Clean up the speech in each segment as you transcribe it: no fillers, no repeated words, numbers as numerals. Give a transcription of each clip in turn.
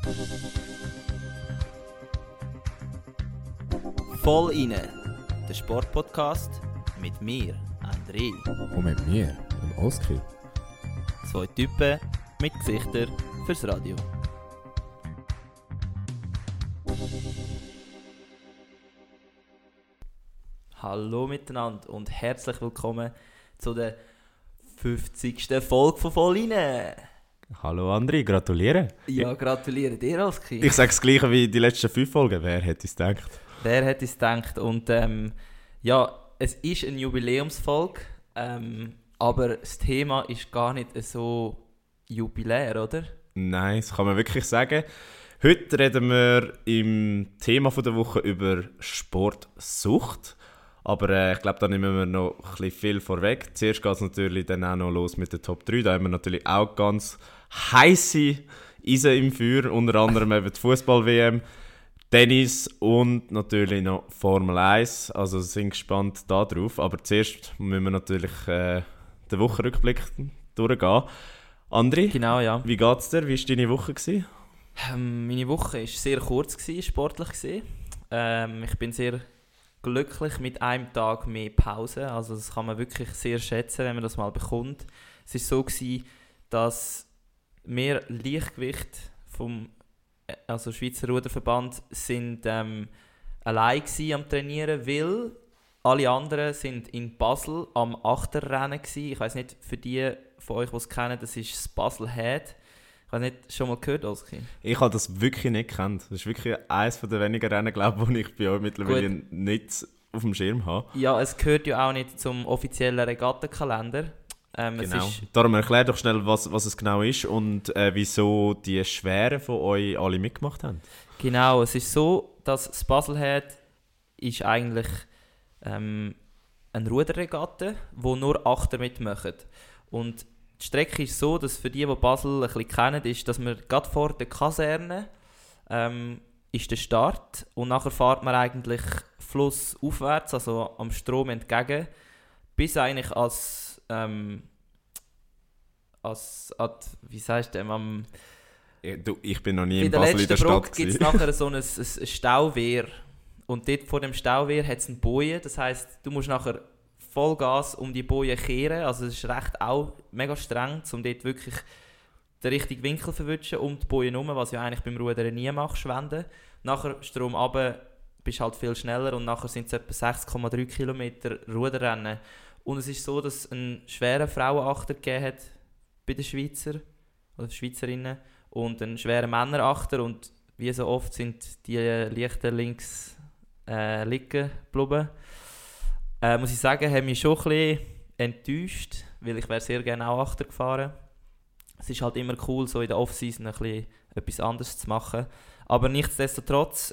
Voll inne, der Sportpodcast mit mir, André. Und mit mir, dem Oskar. Zwei Typen mit Gesichtern fürs Radio. Hallo miteinander und herzlich willkommen zu der 50. Folge von Voll inne. Hallo André, gratuliere. Ja, gratuliere dir, Oskar. Ich sage das Gleiche wie die letzten 5 Folgen. Wer hätte es gedacht? Wer hätte es gedacht? Und ja, es ist eine Jubiläumsfolge, aber das Thema ist gar nicht so jubilär, oder? Nein, das kann man wirklich sagen. Heute reden wir im Thema der Woche über Sportsucht. Aber ich glaube, da nehmen wir noch ein bisschen viel vorweg. Zuerst geht es natürlich dann auch noch los mit der Top 3. Da haben wir natürlich auch ganz heisse Eisen im Feuer. Unter anderem eben die Fußball-WM, Tennis und natürlich noch Formel 1. Also sind gespannt darauf. Aber zuerst müssen wir natürlich den Wochenrückblick durchgehen. André, Genau, ja. wie geht's dir? Wie war deine Woche? Meine Woche war sehr kurz, sportlich gesehen. Ich bin sehr glücklich mit einem Tag mehr Pause. Also das kann man wirklich sehr schätzen, wenn man das mal bekommt. Es war so, dass wir Leichtgewicht vom Schweizer Ruderverband sind allein am Trainieren, weil alle anderen sind in Basel am Achterrennen gsi. Ich weiss nicht, für die von euch, die es kennen, das ist das Basel Head. Ich habe nicht schon mal gehört, Oski? Ich habe das wirklich nicht gekannt. Das ist wirklich eines der wenigen Rennen, glaube ich, die ich bei euch mittlerweile nicht auf dem Schirm habe. Ja, es gehört ja auch nicht zum offiziellen Regattenkalender. Genau. Darum erklär doch schnell, was es genau ist und wieso die Schweren von euch alle mitgemacht haben. Genau, es ist so, dass das Baselhead ist eigentlich eine Ruderregatte, wo nur Achter mitmachen. Und die Strecke ist so, dass für die Basel ein bisschen kennen, ist, dass man gerade vor der Kaserne ist der Start und nachher fährt man eigentlich flussaufwärts, also am Strom entgegen, bis eigentlich wie sagst du, ich bin noch nie in Basel in der Stadt. In der letzten Brücke gibt es nachher so ein Stauwehr. Und dort vor dem Stauwehr hat es einen Bojen. Das heisst, du musst nachher Vollgas um die Bojen kehren. Also es ist recht auch mega streng, um dort wirklich den richtigen Winkel zu verwischen um die Bojen herum, was du eigentlich beim Rudern nie machst, wenden. Nachher Strom runter, bist halt viel schneller und nachher sind es etwa 6,3 Kilometer Ruderrennen. Und es ist so, dass es einen schweren Frauenachter gegeben hat bei den Schweizer oder Schweizerinnen und einen schweren Männerachter und wie so oft sind die Lichter links liegen geblieben. Muss ich sagen, hat mich schon ein bisschen enttäuscht, weil ich wäre sehr gerne auch Achter gefahren. Es ist halt immer cool, so in der Off-Season ein bisschen etwas anderes zu machen. Aber nichtsdestotrotz,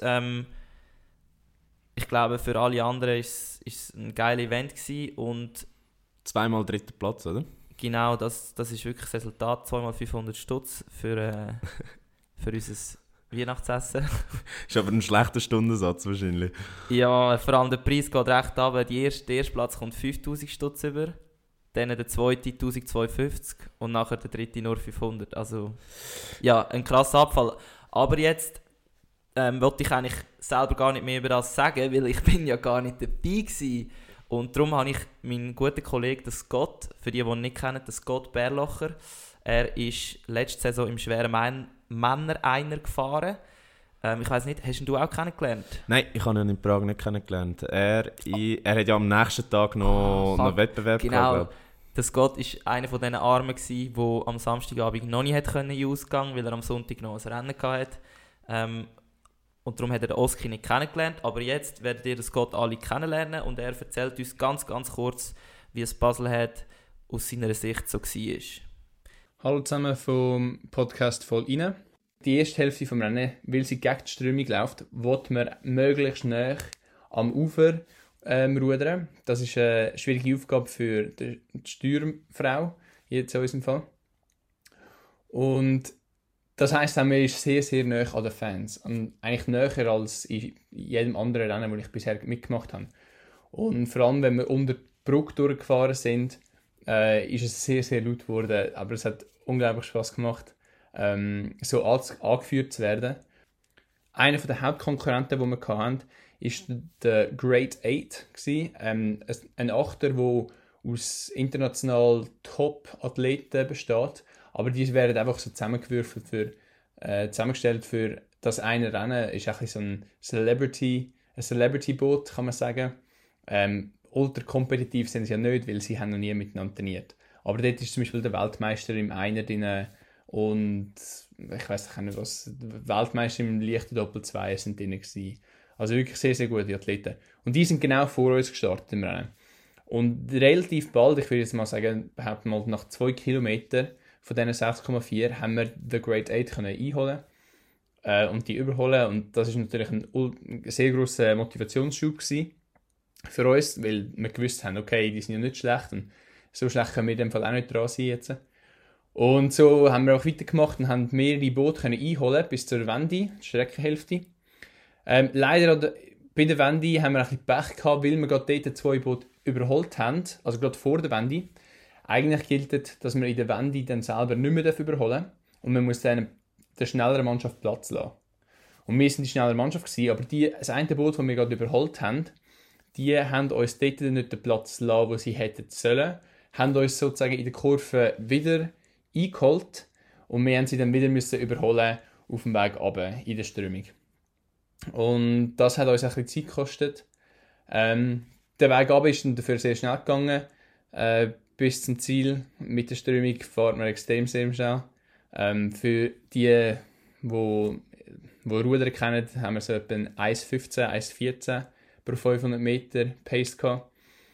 ich glaube, für alle anderen war es ein geiles Event gewesen und 2-mal 3. Platz, oder? Genau, das ist wirklich das Resultat. 2-mal 500 Stutz für unser Weihnachtsessen. Ist aber ein schlechter Stundensatz wahrscheinlich. Ja, vor allem der Preis geht recht runter. Der erste Platz kommt 5000 Stutz über, dann der zweite 1250 und nachher der dritte nur 500. Also ja, ein krasser Abfall. Aber jetzt wollte ich eigentlich selber gar nicht mehr über das sagen, weil ich bin ja gar nicht dabei gewesen. Und darum habe ich meinen guten Kollegen, den Scott, für die ihn nicht kennen, den Scott Berlocher, er ist letzte Saison im schweren Männer-Einer gefahren. Ich weiss nicht, hast du auch kennengelernt? Nein, ich habe ihn in Prag nicht kennengelernt. Er hat ja am nächsten Tag noch Wettbewerb genau. gehabt. Der Scott war einer von diesen Armen, der am Samstagabend noch nicht in den Ausgang konnte, weil er am Sonntag noch ein Rennen hatte. Und darum hat er den Oski nicht kennengelernt. Aber jetzt werdet ihr den Scott alle kennenlernen und er erzählt uns ganz, ganz kurz, wie es Baselhead aus seiner Sicht so war. Hallo zusammen vom Podcast Voll rein. Die erste Hälfte des Rennen, weil sie gegen die Strömung läuft, will man möglichst nah am Ufer rudern. Das ist eine schwierige Aufgabe für die Steuerfrau, jetzt in unserem Fall. Und das heisst, man ist sehr, sehr nah an den Fans. Und eigentlich näher als in jedem anderen Rennen, das ich bisher mitgemacht habe. Und vor allem, wenn wir unter die Brücke durchgefahren sind, ist es sehr, sehr laut geworden. Aber es hat unglaublich Spass gemacht. so angeführt zu werden. Einer der Hauptkonkurrenten, den wir hatten, war der Great 8 gewesen. Ein Achter, der aus international Top-Athleten besteht. Aber die werden einfach so zusammengestellt für das eine Rennen. Ist ein so ein Celebrity-Boot, kann man sagen. Ultra kompetitiv sind sie ja nicht, weil sie haben noch nie miteinander trainiert. Aber dort ist zum Beispiel der Weltmeister im Einer drin und ich weiss nicht was, Weltmeister im leichten Doppel-2 sind drin gewesen. Also wirklich sehr, sehr gute Athleten. Und die sind genau vor uns gestartet im Rennen. Und relativ bald, ich würde jetzt mal sagen, behaupten mal nach 2 Kilometern von diesen 6,4 haben wir den Great 8 können einholen und die überholen. Und das ist natürlich ein sehr grosser Motivationsschub gewesen für uns, weil wir gewusst haben, okay, die sind ja nicht schlecht und so schlecht können wir in dem Fall auch nicht dran sein jetzt. Und so haben wir auch weitergemacht und haben mehrere Boote können einholen bis zur Wende, die Streckenhälfte. Leider bei der Wende haben wir ein bisschen Pech gehabt, weil wir gerade dort 2 Boote überholt haben, also gerade vor der Wende. Eigentlich gilt, dass wir in der Wende dann selber nicht mehr überholen dürfen und man muss dann der schnelleren Mannschaft Platz lassen. Und wir sind die schnellere Mannschaft gewesen, aber das eine Boot, das wir gerade überholt haben, die haben uns dort nicht den Platz lassen, den sie hätten sollen, haben uns sozusagen in der Kurve wieder eingeholt und wir haben sie dann wieder müssen überholen auf dem Weg runter in der Strömung. Und das hat uns ein bisschen Zeit gekostet. Der Weg runter ist dann dafür sehr schnell gegangen. Bis zum Ziel mit der Strömung fahren wir extrem sehr schnell. Für die Rudern kennen, haben wir so etwa 1,15, 1,14 pro 500 Meter Pace gehabt.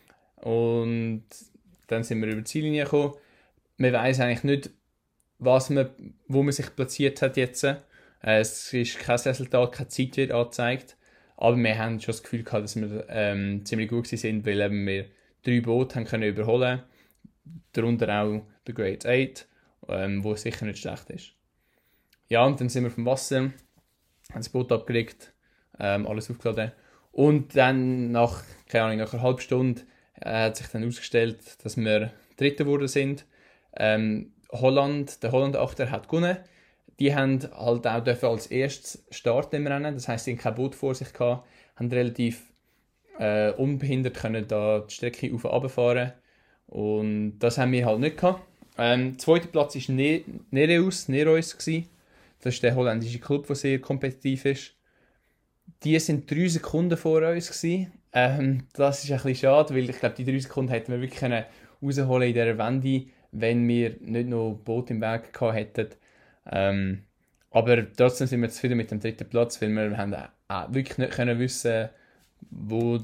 Und dann sind wir über die Ziellinie gekommen. Man weiss eigentlich nicht, wo man sich platziert hat jetzt. Es ist kein Resultat, keine Zeit wird angezeigt. Aber wir haben schon das Gefühl gehabt, dass wir ziemlich gut waren, weil eben wir 3 Boote haben können überholen konnten. Darunter auch der Great 8, wo sicher nicht schlecht ist. Ja, und dann sind wir vom Wasser, haben das Boot abgelegt, alles aufgeladen. Und dann nach einer halben Stunde hat sich dann herausgestellt, dass wir Dritter geworden sind. Der Holland-Achter hat gewonnen. Die haben halt auch als erstes starten im Rennen. Das heisst, sie hatten kein Boot vor sich gehabt, haben relativ unbehindert können da die Strecke auf und runter fahren. Und das haben wir halt nicht gehabt. Zweiter Platz war Nereus gewesen. Das ist der holländische Club, der sehr kompetitiv ist. Die sind 3 Sekunden vor uns gewesen. Das ist ein bisschen schade, weil ich glaube, die 3 Sekunden hätten wir wirklich rausholen in dieser Wende, wenn wir nicht noch Boot im Weg gehabt hätten. Aber trotzdem sind wir zufrieden mit dem 3. Platz, weil wir haben auch wirklich nicht können wissen, wo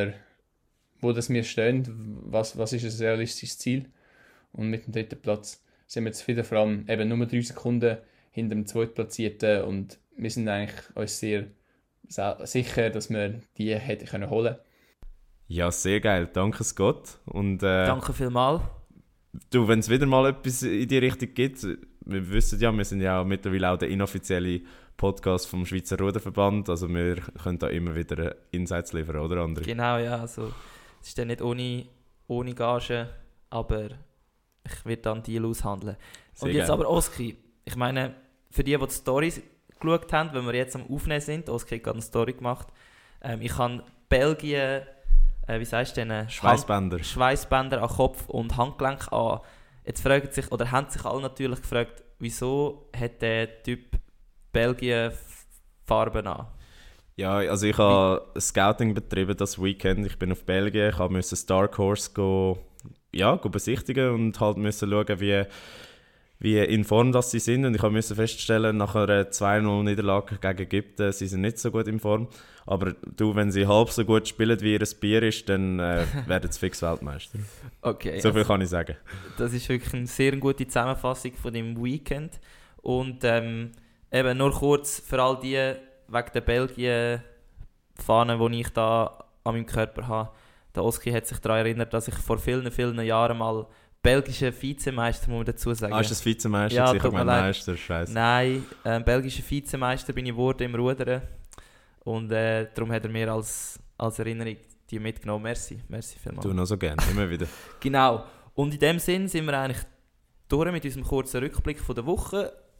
wir stehen, was ist ein realistisches Ziel. Und mit dem 3. Platz sind wir zufrieden, vor allem eben nur 3 Sekunden hinter dem Zweitplatzierten und wir sind eigentlich uns sehr sicher, dass wir die hätten können holen. Ja, sehr geil. Danke Scott. Und, danke vielmals. Du, wenn es wieder mal etwas in die Richtung gibt, wir wissen ja, wir sind ja mittlerweile auch der inoffizielle Podcast vom Schweizer Ruderverband, also wir können da immer wieder Insights liefern, oder André? Genau, ja, also es ist dann nicht ohne Gage, aber ich werde dann einen Deal aushandeln. Sehr und jetzt geil. aber Oski, ich meine, für die die Stories geschaut haben, wenn wir jetzt am Aufnehmen sind, Oski hat gerade eine Story gemacht, ich habe Belgien, wie sagst du denn? Schweißbänder an Kopf und Handgelenk an. Jetzt fragen sich, oder haben sich alle natürlich gefragt, wieso hat der Typ Belgien Farben an? Ja, also ich habe Scouting betrieben das Weekend. Ich bin auf Belgien, ich musste Dark Horse go besichtigen und halt müssen schauen, wie in Form das sie sind. Und ich musste feststellen, nach einer 2-0-Niederlage gegen Ägypten, sie sind nicht so gut in Form. Aber du, wenn sie halb so gut spielen, wie ihr Bier ist, dann werden sie fix Weltmeister. Okay. So viel kann ich sagen. Das ist wirklich eine sehr gute Zusammenfassung von dem Weekend. Und eben nur kurz für all die wegen der Belgien-Fahne, die ich da an meinem Körper habe. Der Oski hat sich daran erinnert, dass ich vor vielen, vielen Jahren mal belgischer Vizemeister, muss man dazu sagen. Ist das Vizemeister? Ja, ich meine Meister, scheiße. Nein, belgischer Vizemeister bin ich geworden im Rudern. Und darum hat er mir als Erinnerung die mitgenommen. Merci vielmals. Du noch so gerne, immer wieder. Genau. Und in dem Sinn sind wir eigentlich durch mit unserem kurzen Rückblick von der Woche.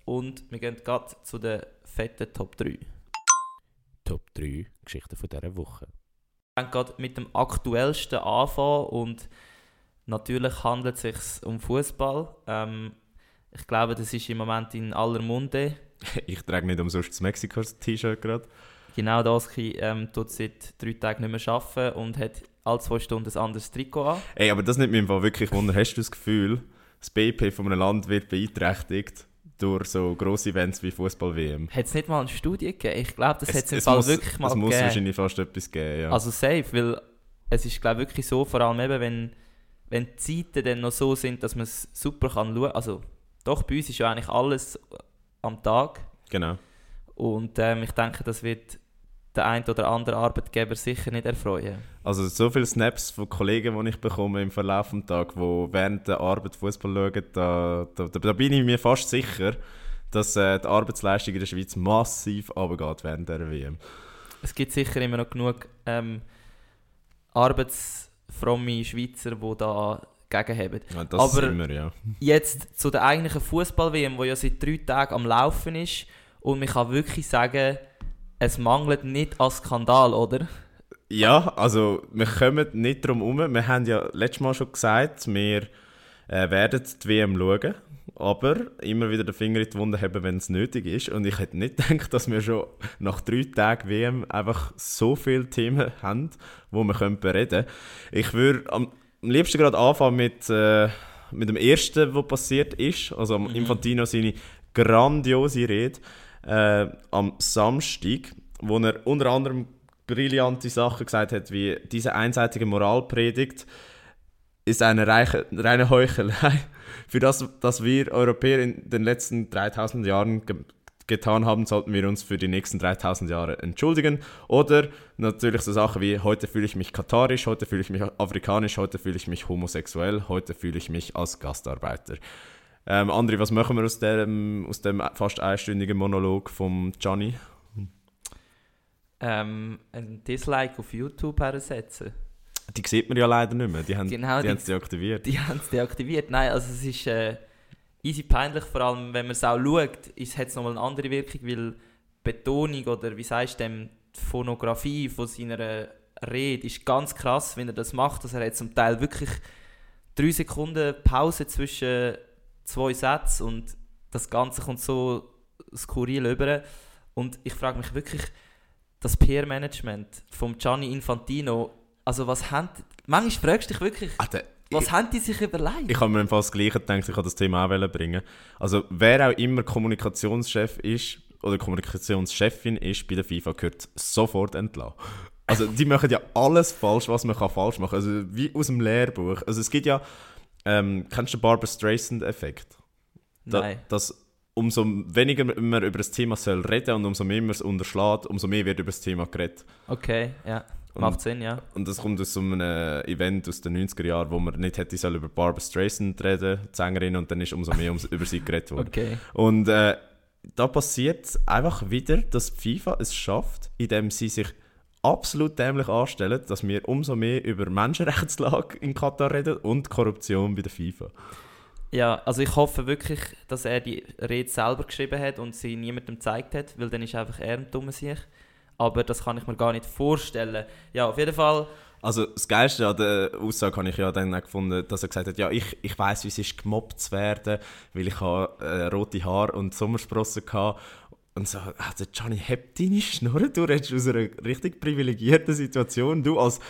und wir gehen gerade zu den fetten Top 3. Top 3 Geschichten von dieser Woche. Wir werden gerade mit dem aktuellsten anfangen und natürlich handelt es sich um Fußball. Ich glaube, das ist im Moment in aller Munde. Ich trage nicht umsonst das Mexiko-T-Shirt gerade. Genau, Daski tut seit 3 Tagen nicht mehr arbeiten und hat alle 2 Stunden ein anderes Trikot an. Ey, aber das nimmt mir im Fall wirklich Wunder. Hast du das Gefühl, das BIP von einem Land wird beeinträchtigt durch so grosse Events wie Fußball-WM? Hat es nicht mal eine Studie gegeben? Ich glaube, das hat es im Fall muss, wirklich mal gegeben. Es muss wahrscheinlich fast etwas geben, ja. Also safe, weil es ist glaube wirklich so, vor allem eben, wenn die Zeiten dann noch so sind, dass man es super kann schauen. Also doch, bei uns ist ja eigentlich alles am Tag. Genau. Und ich denke, das wird der ein oder andere Arbeitgeber sicher nicht erfreuen. Also so viele Snaps von Kollegen, die ich bekomme im Verlauf des Tages, die während der Arbeit Fußball schauen, da bin ich mir fast sicher, dass die Arbeitsleistung in der Schweiz massiv runtergeht während der WM. Es gibt sicher immer noch genug arbeitsfromme Schweizer, die da gegenhaben. Ja, das Aber sind wir, ja. Jetzt zu der eigentlichen Fußball-WM, die ja seit 3 Tagen am Laufen ist. Und man kann wirklich sagen, es mangelt nicht an Skandal, oder? Ja, also wir kommen nicht drum herum. Wir haben ja letztes Mal schon gesagt, wir werden die WM schauen, aber immer wieder den Finger in die Wunde haben, wenn es nötig ist. Und ich hätte nicht gedacht, dass wir schon nach 3 Tagen WM einfach so viele Themen haben, die wir bereden können. Ich würde am liebsten gerade anfangen mit dem ersten, was passiert ist. Also am Infantino seine grandiose Rede am Samstag, wo er unter anderem brillante Sachen gesagt hat, wie diese einseitige Moralpredigt ist eine reine Heuchelei. Für das, was wir Europäer in den letzten 3000 Jahren getan haben, sollten wir uns für die nächsten 3000 Jahre entschuldigen. Oder natürlich so Sachen wie, heute fühle ich mich katarisch, heute fühle ich mich afrikanisch, heute fühle ich mich homosexuell, heute fühle ich mich als Gastarbeiter. André, was machen wir aus dem fast einstündigen Monolog vom Gianni? Ein Dislike auf YouTube hersetzen. Die sieht man ja leider nicht mehr. Die haben es deaktiviert. Die haben es deaktiviert. Nein, also es ist easy peinlich, vor allem wenn man es auch schaut, hat es nochmal eine andere Wirkung, weil Betonung oder wie sagst du dem, die Phonografie von seiner Rede ist ganz krass, wenn er das macht. Also er hat zum Teil wirklich 3 Sekunden Pause zwischen 2 Sätzen und das Ganze kommt so skurril rüber. Und ich frage mich wirklich, das PR-Management vom Gianni Infantino, also manchmal fragst du dich wirklich, was haben die sich überlegt? Ich habe mir fast das Gleiche gedacht, ich kann das Thema auch bringen. Also wer auch immer Kommunikationschef ist oder Kommunikationschefin ist bei der FIFA, gehört sofort entlassen. Also die machen ja alles falsch, was man falsch machen kann. Also wie aus dem Lehrbuch. Also es gibt ja, kennst du den Barbra Streisand-Effekt? Nein. Dass umso weniger man über das Thema soll reden und umso mehr man es unterschlägt, umso mehr wird über das Thema geredet. Okay, ja. Macht Sinn, ja. Und das kommt aus so einem Event aus den 90er Jahren, wo man nicht hätte über Barbra Streisand reden, die Sängerin, und dann ist umso mehr über sie geredet worden. Okay. Und da passiert einfach wieder, dass die FIFA es schafft, indem sie sich absolut dämlich anstellen, dass wir umso mehr über Menschenrechtslage in Katar reden und Korruption bei der FIFA. Ja, also ich hoffe wirklich, dass er die Rede selber geschrieben hat und sie niemandem gezeigt hat, weil dann ist einfach er ein dummer Sieg. Aber das kann ich mir gar nicht vorstellen. Ja, auf jeden Fall. Also das Geilste an der Aussage habe ich ja dann auch gefunden, dass er gesagt hat, ja, ich weiss, wie es ist, gemobbt zu werden, weil ich rote Haare und Sommersprossen hatte. Und so, also Gianni, heb deine Schnurre, du redest aus einer richtig privilegierten Situation. Du als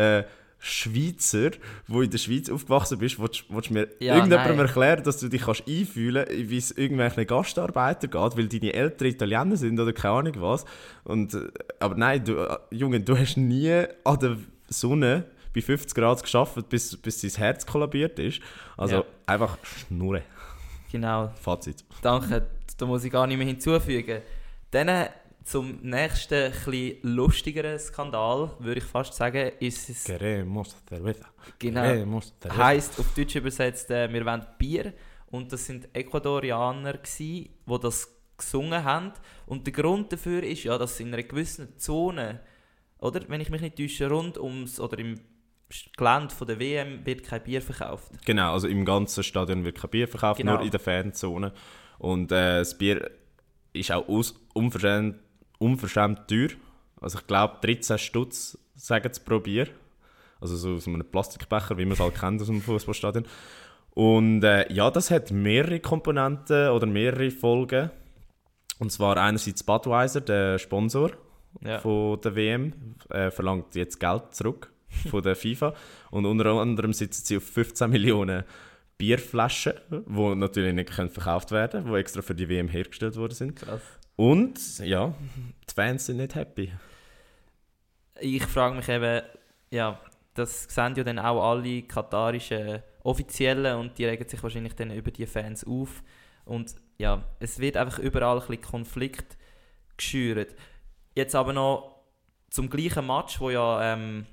Schweizer, der in der Schweiz aufgewachsen bist, willst du mir irgendjemandem erklären, dass du dich einfühlen kannst, wie es irgendwelchen Gastarbeitern geht, weil deine Eltern Italiener sind oder keine Ahnung was. Aber nein, Junge, du hast nie an der Sonne bei 50 Grad gearbeitet, bis dein Herz kollabiert ist. Also einfach Schnurre. Genau. Fazit. Danke, da muss ich gar nicht mehr hinzufügen. Dann zum nächsten, etwas lustigeren Skandal, würde ich fast sagen, ist es... Queremos cerveza. Genau. Queremos cerveza. Heisst auf Deutsch übersetzt, wir wollen Bier. Und das sind Ecuadorianer gsi, die das gesungen haben. Und der Grund dafür ist ja, dass in einer gewissen Zone, oder, wenn ich mich nicht täusche, rund ums, oder im Gelände von der WM wird kein Bier verkauft. Genau, also im ganzen Stadion wird kein Bier verkauft, genau. Nur in der Fanzone. Und das Bier ist auch unverschämt teuer. Also ich glaube 13 Stutz sagen sie pro Bier. Also so aus einem Plastikbecher, wie man es halt kennt aus dem Fußballstadion. Und ja, das hat mehrere Komponenten oder mehrere Folgen. Und zwar einerseits Budweiser, der Sponsor von der WM, verlangt jetzt Geld zurück von der FIFA. Und unter anderem sitzen sie auf 15 Millionen Bierflaschen, die natürlich nicht verkauft werden können, die extra für die WM hergestellt worden sind. Krass. Und ja, die Fans sind nicht happy. Ich frage mich eben, ja, das sehen ja dann auch alle katarischen Offiziellen und die regen sich wahrscheinlich dann über die Fans auf. Und ja, es wird einfach überall ein bisschen Konflikt geschürt. Jetzt aber noch zum gleichen Match, wo ja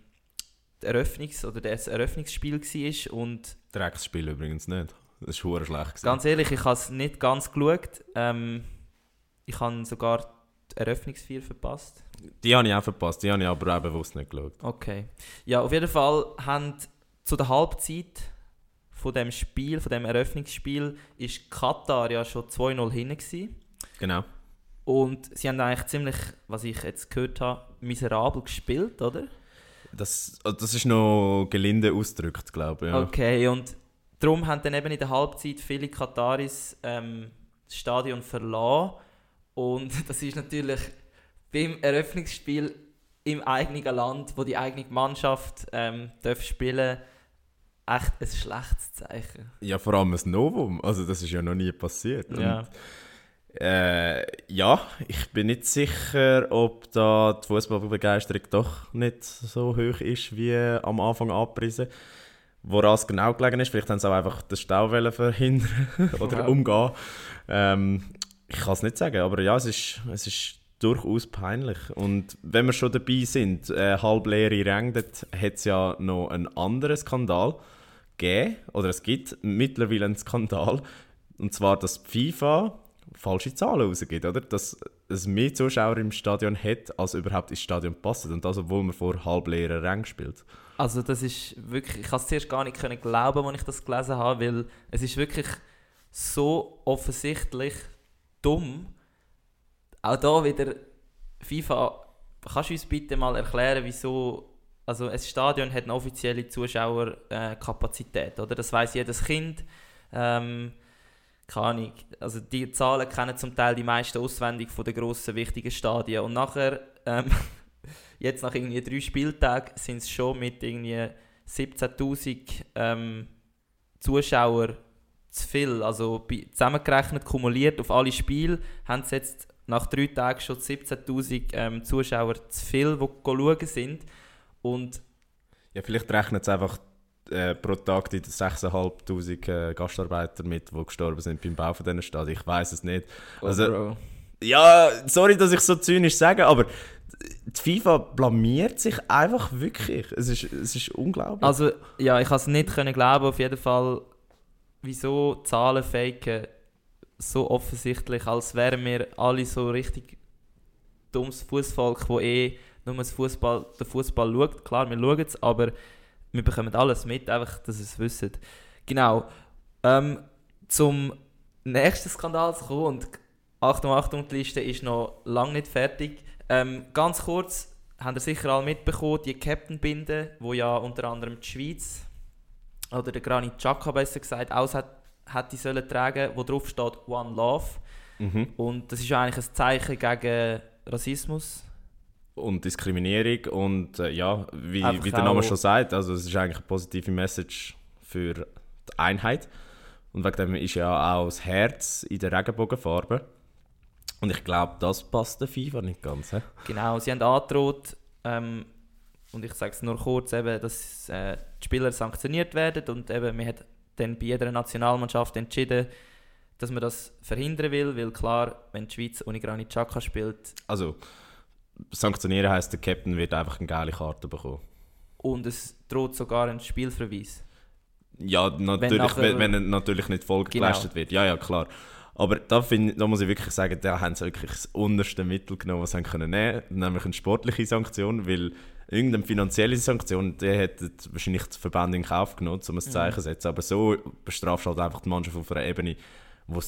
das Eröffnungsspiel war und... Drecksspiel übrigens nicht. Das war verdammt schlecht. Ganz ehrlich, ich habe es nicht ganz geschaut. Ich habe sogar die Eröffnungsfeier verpasst. Die habe ich auch verpasst, die habe ich aber auch bewusst nicht geschaut. Okay. Ja, auf jeden Fall haben zu der Halbzeit von dem Spiel, von dem Eröffnungsspiel, ist Katar ja schon 2-0 hinten gewesen. Genau. Und sie haben eigentlich ziemlich, was ich jetzt gehört habe, miserabel gespielt, oder? Das ist noch gelinde ausgedrückt, glaube ich. Ja. Okay, und darum haben dann eben in der Halbzeit viele Kataris das Stadion verlassen. Und das ist natürlich beim Eröffnungsspiel im eigenen Land, wo die eigene Mannschaft darf spielen, echt ein schlechtes Zeichen. Ja, vor allem ein Novum. Also das ist ja noch nie passiert. Ja. Und, ja, ich bin nicht sicher, ob da die Fußballbegeisterung doch nicht so hoch ist, wie am Anfang angepriesen. Woran es genau gelegen ist, vielleicht haben sie auch einfach den Stau verhindern oder umgehen. Ich kann es nicht sagen, aber ja, es ist durchaus peinlich. Und wenn wir schon dabei sind, halbleere Ränge, dort hat es ja noch einen anderen Skandal gegeben, oder es gibt mittlerweile einen Skandal, und zwar, dass die FIFA falsche Zahlen rausgibt, oder? Dass es mehr Zuschauer im Stadion hat, als überhaupt ins Stadion passt. Und das, obwohl man vor halbleeren Rängen spielt. Also das ist wirklich, ich konnte es zuerst gar nicht glauben, als ich das gelesen habe, weil es ist wirklich so offensichtlich dumm. Auch da wieder, FIFA, kannst du uns bitte mal erklären, wieso, also ein Stadion hat eine offizielle Zuschauerkapazität, oder? Das weiss jedes Kind. Keine Ahnung, also die Zahlen kennen zum Teil die meisten auswendig von den grossen, wichtigen Stadien. Und nachher, jetzt nach irgendwie 3 Spieltagen, sind es schon mit irgendwie 17'000 Zuschauer zu viel. Also zusammengerechnet, kumuliert auf alle Spiele, haben sie jetzt nach 3 Tagen schon 17'000 Zuschauer zu viel, die schauen sind. Und ja, vielleicht rechnet es einfach pro Tag die 6'500 Gastarbeiter mit, die gestorben sind beim Bau von diesen Stadien. Ich weiss es nicht. Also, ja, sorry, dass ich so zynisch sage, aber die FIFA blamiert sich einfach wirklich. Es ist unglaublich. Also, ja, ich kann es nicht glauben, auf jeden Fall, wieso Zahlen faken so offensichtlich, als wären wir alle so richtig dummes Fußvolk, das nur den Fußball schaut. Klar, wir schauen es, aber wir bekommen alles mit, einfach, dass ihr es wisst. Genau. Zum nächsten Skandal zu kommen, und Achtung, die Liste ist noch lange nicht fertig. Ganz kurz, habt ihr sicher alle mitbekommen, die Captain-Binde, wo ja unter anderem die Schweiz, oder der Granit Xhaka besser gesagt, hätte sollen tragen, wo drauf steht «One Love». Mhm. Und das ist ja eigentlich ein Zeichen gegen Rassismus. Und Diskriminierung und ja, wie der Name schon sagt, also es ist eigentlich eine positive Message für die Einheit. Und wegen dem ist ja auch das Herz in der Regenbogenfarbe. Und ich glaube, das passt der FIFA nicht ganz. He? Genau, sie haben angedroht, und ich sage es nur kurz, eben, dass die Spieler sanktioniert werden. Und eben, man hat dann bei jeder Nationalmannschaft entschieden, dass man das verhindern will, weil klar, wenn die Schweiz ohne Granit Xhaka spielt... Also, sanktionieren heisst, der Captain wird einfach eine geile Karte bekommen. Und es droht sogar ein Spielverweis. Ja, natürlich, wenn natürlich nicht Folge geleistet wird. Ja, klar. Aber da muss ich wirklich sagen, da haben sie wirklich das unterste Mittel genommen, was sie nehmen können, nämlich eine sportliche Sanktion, weil irgendeine finanzielle Sanktion, die hätte wahrscheinlich die Verbände in Kauf genommen, um ein Zeichen zu setzen. Aber so bestrafst du halt einfach die Mannschaft auf einer Ebene, wo es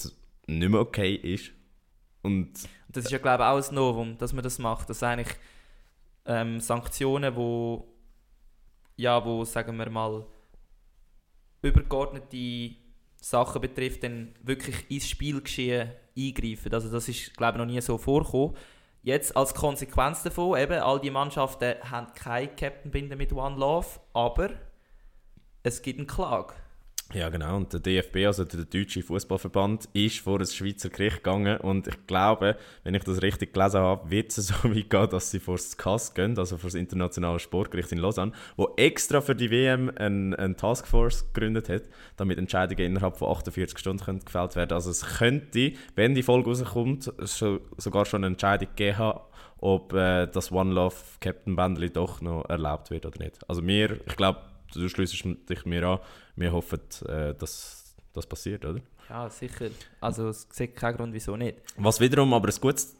nicht mehr okay ist. Und das ist ja, glaube ich, auch ein Novum, dass man das macht. Dass eigentlich Sanktionen, wo, sagen wir mal, übergeordnete Sachen betrifft, dann wirklich ins Spielgeschehen eingreifen. Also das ist, glaube ich, noch nie so vorgekommen. Jetzt als Konsequenz davon, eben, all die Mannschaften haben keine Captain-Binde mit One Love, aber es gibt eine Klage. ja, genau. Und der DFB, also der Deutsche Fußballverband, ist vor ein Schweizer Gericht gegangen. Und ich glaube, wenn ich das richtig gelesen habe, wird es so weit gehen, dass sie vor das CAS gehen, also vor das Internationale Sportgericht in Lausanne, wo extra für die WM eine Taskforce gegründet hat, damit Entscheidungen innerhalb von 48 Stunden gefällt werden. Also es könnte, wenn die Folge rauskommt, sogar schon eine Entscheidung geben haben, ob das One Love Captain Bändeli doch noch erlaubt wird oder nicht. Also ich glaube, du schliessest dich mir an, wir hoffen, dass das passiert, oder? Ja, sicher. Also es sieht keinen Grund, wieso nicht. Was wiederum aber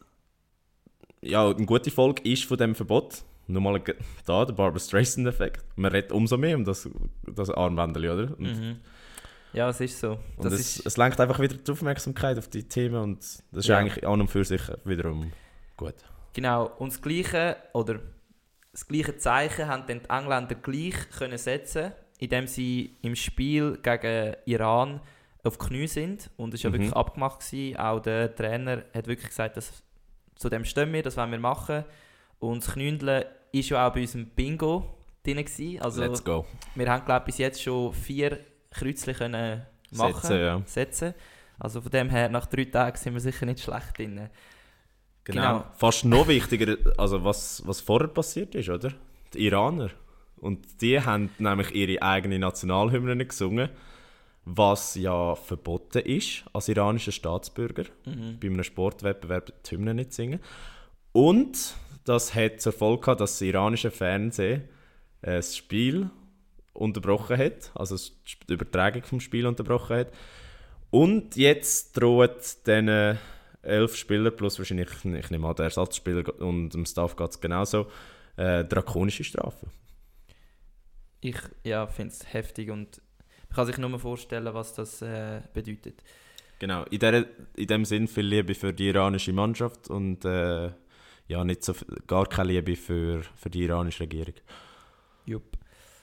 eine gute Folge ist von diesem Verbot, nochmal da, der Barbra Streisand-Effekt. Man redet umso mehr um das Armbändeli, oder? Und, Ja, es ist so. und es lenkt einfach wieder die Aufmerksamkeit auf die Themen und das ist eigentlich an und für sich wiederum gut. Genau, und das gleiche Zeichen haben dann die Engländer gleich können setzen, indem sie im Spiel gegen Iran auf die Knie sind. Und es war ja wirklich abgemacht gewesen. Auch der Trainer hat wirklich gesagt, dass zu dem stehen wir, das wollen wir machen. Und das Knündeln war ja auch bei unserem Bingo drin gewesen. Also, Let's go. wir haben, glaube ich, bis jetzt schon 4 Kreuzchen können machen, setzen. Also von dem her, nach 3 Tagen sind wir sicher nicht schlecht drin. Genau. Fast noch wichtiger, also was vorher passiert ist, oder? Die Iraner. Und die haben nämlich ihre eigene Nationalhymne gesungen, was ja verboten ist als iranischer Staatsbürger, bei einem Sportwettbewerb die Hymne nicht singen. Und das hat zur Folge gehabt, dass das iranische Fernsehen das Spiel unterbrochen hat, also die Übertragung vom Spiel unterbrochen hat. Und jetzt droht diesen 11 Spieler plus wahrscheinlich, ich nehme an, der Ersatzspieler und dem Staff geht es genauso, drakonische Strafen. Ich finde es heftig und man kann sich nur vorstellen, was das bedeutet. Genau, in dem Sinn viel Liebe für die iranische Mannschaft und gar keine Liebe für die iranische Regierung. Jupp.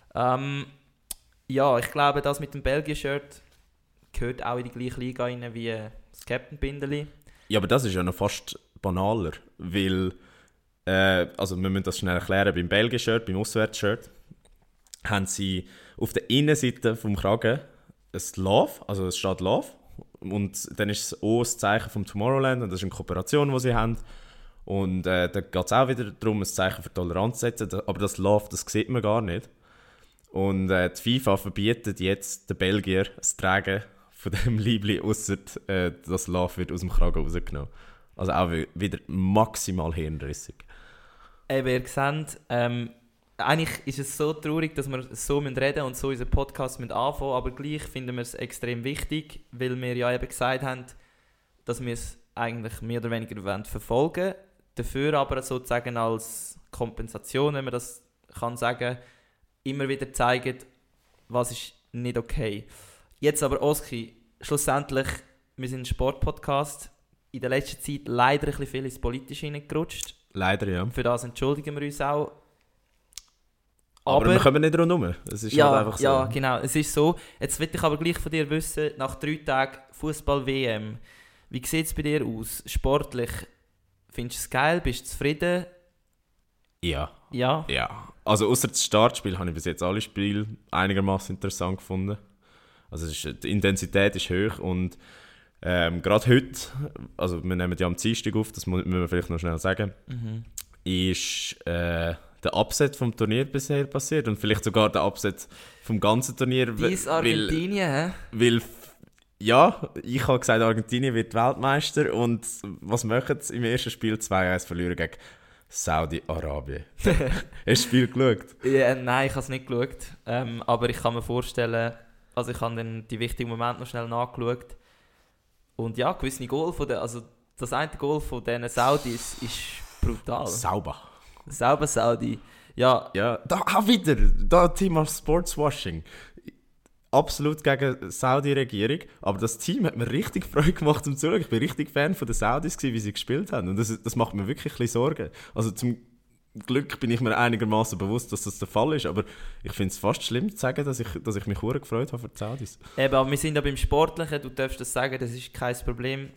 Ich glaube, das mit dem Belgien-Shirt gehört auch in die gleiche Liga rein wie das Captain-Bindeli. Ja, aber das ist ja noch fast banaler, weil, also wir müssen das schnell erklären, beim Belgien-Shirt, beim Auswärts-Shirt, haben sie auf der Innenseite vom Kragen ein Love, also es steht Love, und dann ist es auch das Zeichen vom Tomorrowland und das ist eine Kooperation, die sie haben. Und da geht es auch wieder darum, ein Zeichen für Toleranz zu setzen, aber das Love, das sieht man gar nicht. Und die FIFA verbietet jetzt den Belgier das Tragen von dem Liebling, ausser das Love wird aus dem Kragen rausgenommen. Also auch wieder maximal hirnrissig. Ihr seht, eigentlich ist es so traurig, dass wir so reden müssen und so unseren Podcast anfangen, aber gleich finden wir es extrem wichtig, weil wir ja eben gesagt haben, dass wir es eigentlich mehr oder weniger verfolgen wollen. Dafür aber sozusagen als Kompensation, wenn man das kann sagen, immer wieder zeigen, was ist nicht okay. Jetzt aber, Oski, schlussendlich, wir sind ein Sportpodcast, in der letzten Zeit leider ein bisschen viel ins Politische hineingerutscht. Leider, ja. Für das entschuldigen wir uns auch. Aber wir kommen nicht rundherum. Es ist halt einfach so. Ja, genau, es ist so. Jetzt will ich aber gleich von dir wissen, nach 3 Tagen Fußball-WM, wie sieht es bei dir aus? Sportlich, findest du es geil? Bist du zufrieden? Ja. Ja? Ja. Also außer das Startspiel habe ich bis jetzt alle Spiele einigermaßen interessant gefunden. Also die Intensität ist hoch und gerade heute, also wir nehmen ja am Dienstag auf, das müssen wir vielleicht noch schnell sagen, ist der Upset vom Turnier bisher passiert und vielleicht sogar der Upset vom ganzen Turnier. Dies Argentinien, hä? Weil, ja, ich habe gesagt, Argentinien wird Weltmeister und was machen sie im ersten Spiel? 2-1 verlieren gegen Saudi-Arabien. Hast du das Spiel geschaut? Ja, nein, ich habe es nicht geschaut, aber ich kann mir vorstellen, also ich habe dann die wichtigen Momente noch schnell nachgeschaut und ja, gewisse Goal also das eine Goal von diesen Saudis ist brutal. Sauber Saudi. Ja. Ja, da auch wieder, da Thema Sportswashing. absolut gegen die Saudi-Regierung, aber das Team hat mir richtig Freude gemacht zum Zuschauen. Ich bin richtig Fan von den Saudis gewesen, wie sie gespielt haben. Und das macht mir wirklich ein bisschen Sorgen. Also zum Glück bin ich mir einigermaßen bewusst, dass das der Fall ist, aber ich finde es fast schlimm zu sagen, dass ich mich sehr gefreut habe für die Saudis. Eben, aber wir sind ja beim Sportlichen, du darfst das sagen, das ist kein Problem.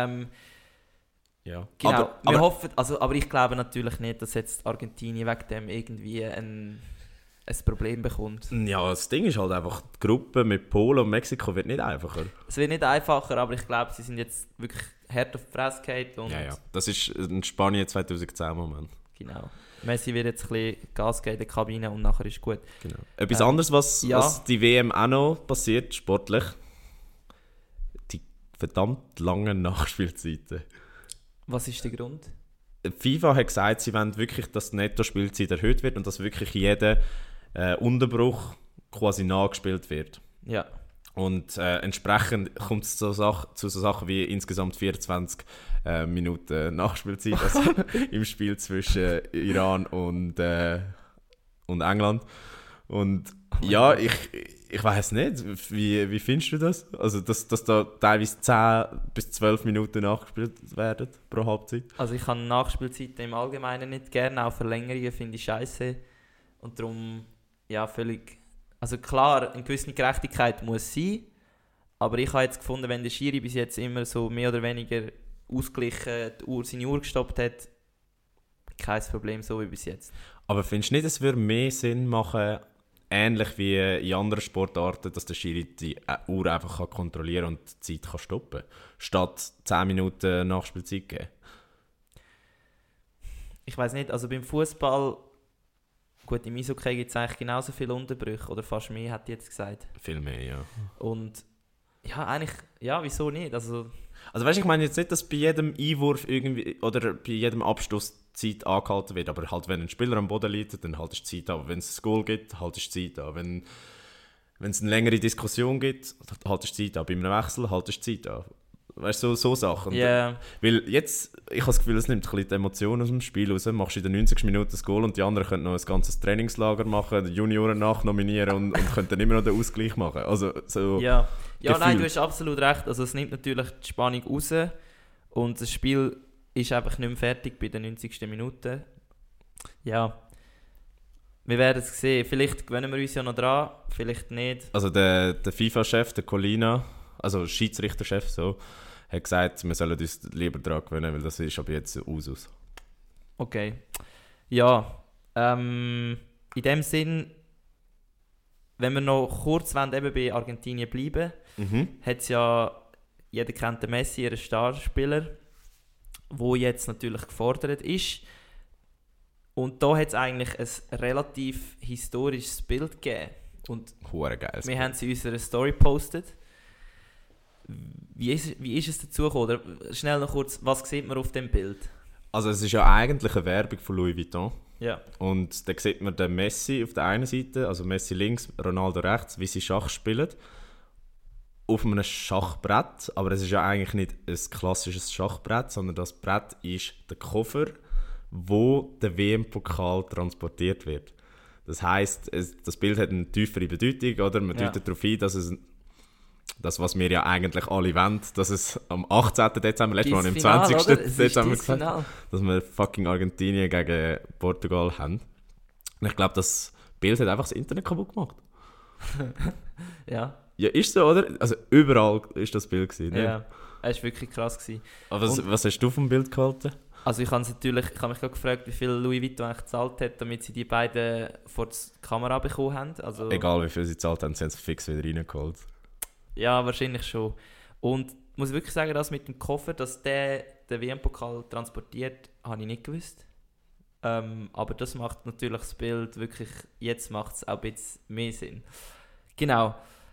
Ja. Genau, wir aber hoffen, aber ich glaube natürlich nicht, dass jetzt Argentinien wegen dem irgendwie ein Problem bekommt. ja, das Ding ist halt einfach, die Gruppe mit Polen und Mexiko wird nicht einfacher. Es wird nicht einfacher, aber ich glaube, sie sind jetzt wirklich hart auf die Fresse gefallen. Und Ja, das ist ein Spanien 2010-Moment. Genau. Messi wird jetzt ein bisschen Gas geben in der Kabine und nachher ist gut. Genau. Etwas anderes, was die WM auch noch passiert, sportlich, die verdammt langen Nachspielzeiten. Was ist der Grund? Die FIFA hat gesagt, sie wollen wirklich, dass die Netto-Spielzeit erhöht wird und dass wirklich jeder Unterbruch quasi nachgespielt wird. Ja. Und entsprechend kommt es zu so Sachen wie insgesamt 24 Minuten Nachspielzeit also im Spiel zwischen Iran und England. Und ja, ich weiß nicht, wie findest du das? Also, dass da teilweise 10 bis 12 Minuten nachgespielt werden pro Halbzeit? Also ich kann Nachspielzeiten im Allgemeinen nicht gerne, auch Verlängerungen finde ich scheiße. Und darum, ja, völlig... Also klar, eine gewisse Gerechtigkeit muss sein, aber ich habe jetzt gefunden, wenn der Schiri bis jetzt immer so mehr oder weniger ausgeglichen seine Uhr gestoppt hat, kein Problem, so wie bis jetzt. Aber findest du nicht, es würde mehr Sinn machen, ähnlich wie in anderen Sportarten, dass der Schiri die Uhr einfach kontrollieren kann und die Zeit stoppen kann, statt 10 Minuten Nachspielzeit geben? Ich weiß nicht, also beim Fußball, gut, im Eishockey gibt es eigentlich genauso viele Unterbrüche, oder fast mehr, hat die jetzt gesagt. Viel mehr, ja. Und ja, eigentlich, ja, wieso nicht? Also weißt du, ich meine jetzt nicht, dass bei jedem Einwurf irgendwie oder bei jedem Abstoß Zeit angehalten wird, aber halt, wenn ein Spieler am Boden liegt, dann haltest du die Zeit an. Wenn es ein Goal gibt, haltest du die Zeit an. Wenn es eine längere Diskussion gibt, haltest du die Zeit an. Bei einem Wechsel haltest du die Zeit an. Weißt du, so Sachen. Yeah. Weil jetzt, ich habe das Gefühl, es nimmt ein bisschen die Emotionen aus dem Spiel raus. Machst du in den 90 Minuten das Goal und die anderen können noch ein ganzes Trainingslager machen, die Junioren nachnominieren und können dann immer noch den Ausgleich machen. Also, so ja, nein, du hast absolut recht. Also es nimmt natürlich die Spannung raus und das Spiel ist einfach nicht mehr fertig bei den 90. Minuten. Ja, wir werden es sehen. Vielleicht gewöhnen wir uns ja noch dran, vielleicht nicht. Also der FIFA-Chef, der Colina, also Schiedsrichterchef, so, hat gesagt, wir sollen uns lieber daran gewöhnen, weil das ist aber jetzt Usus. Okay. Ja, in dem Sinn, wenn wir noch kurz eben bei Argentinien bleiben, hat es ja, jeder kennt den Messi, ihren Starspieler, der jetzt natürlich gefordert ist. Und da hat es eigentlich ein relativ historisches Bild gegeben. Und geil. wir haben es in unserer Story gepostet. Wie ist es dazu gekommen? Oder schnell noch kurz, was sieht man auf dem Bild? Also es ist ja eigentlich eine Werbung von Louis Vuitton. Ja. Und da sieht man den Messi auf der einen Seite, also Messi links, Ronaldo rechts, wie sie Schach spielen. Auf einem Schachbrett, aber es ist ja eigentlich nicht ein klassisches Schachbrett, sondern das Brett ist der Koffer, wo der WM-Pokal transportiert wird. Das heisst, das Bild hat eine tiefere Bedeutung, oder? Man deutet darauf ein, dass es das, was wir ja eigentlich alle wollen, dass es am 18. Dezember, letztes Mal am 20. Dezember gesagt, dass wir fucking Argentinien gegen Portugal haben. Und ich glaube, das Bild hat einfach das Internet kaputt gemacht. Ja. Ja, ist so, oder? Also überall ist das Bild gewesen, ne? Ja, es war wirklich krass gewesen. Aber was hast du vom Bild gehalten? Also ich habe mich gerade gefragt, wie viel Louis Vuitton eigentlich gezahlt hat, damit sie die beiden vor die Kamera bekommen haben. Also, egal wie viel sie gezahlt haben, sie haben es fix wieder reingeholt. Ja, wahrscheinlich schon. Und ich muss wirklich sagen, dass mit dem Koffer, dass der den WM-Pokal transportiert, habe ich nicht gewusst. Aber das macht natürlich das Bild wirklich, jetzt macht es auch ein bisschen mehr Sinn. Genau.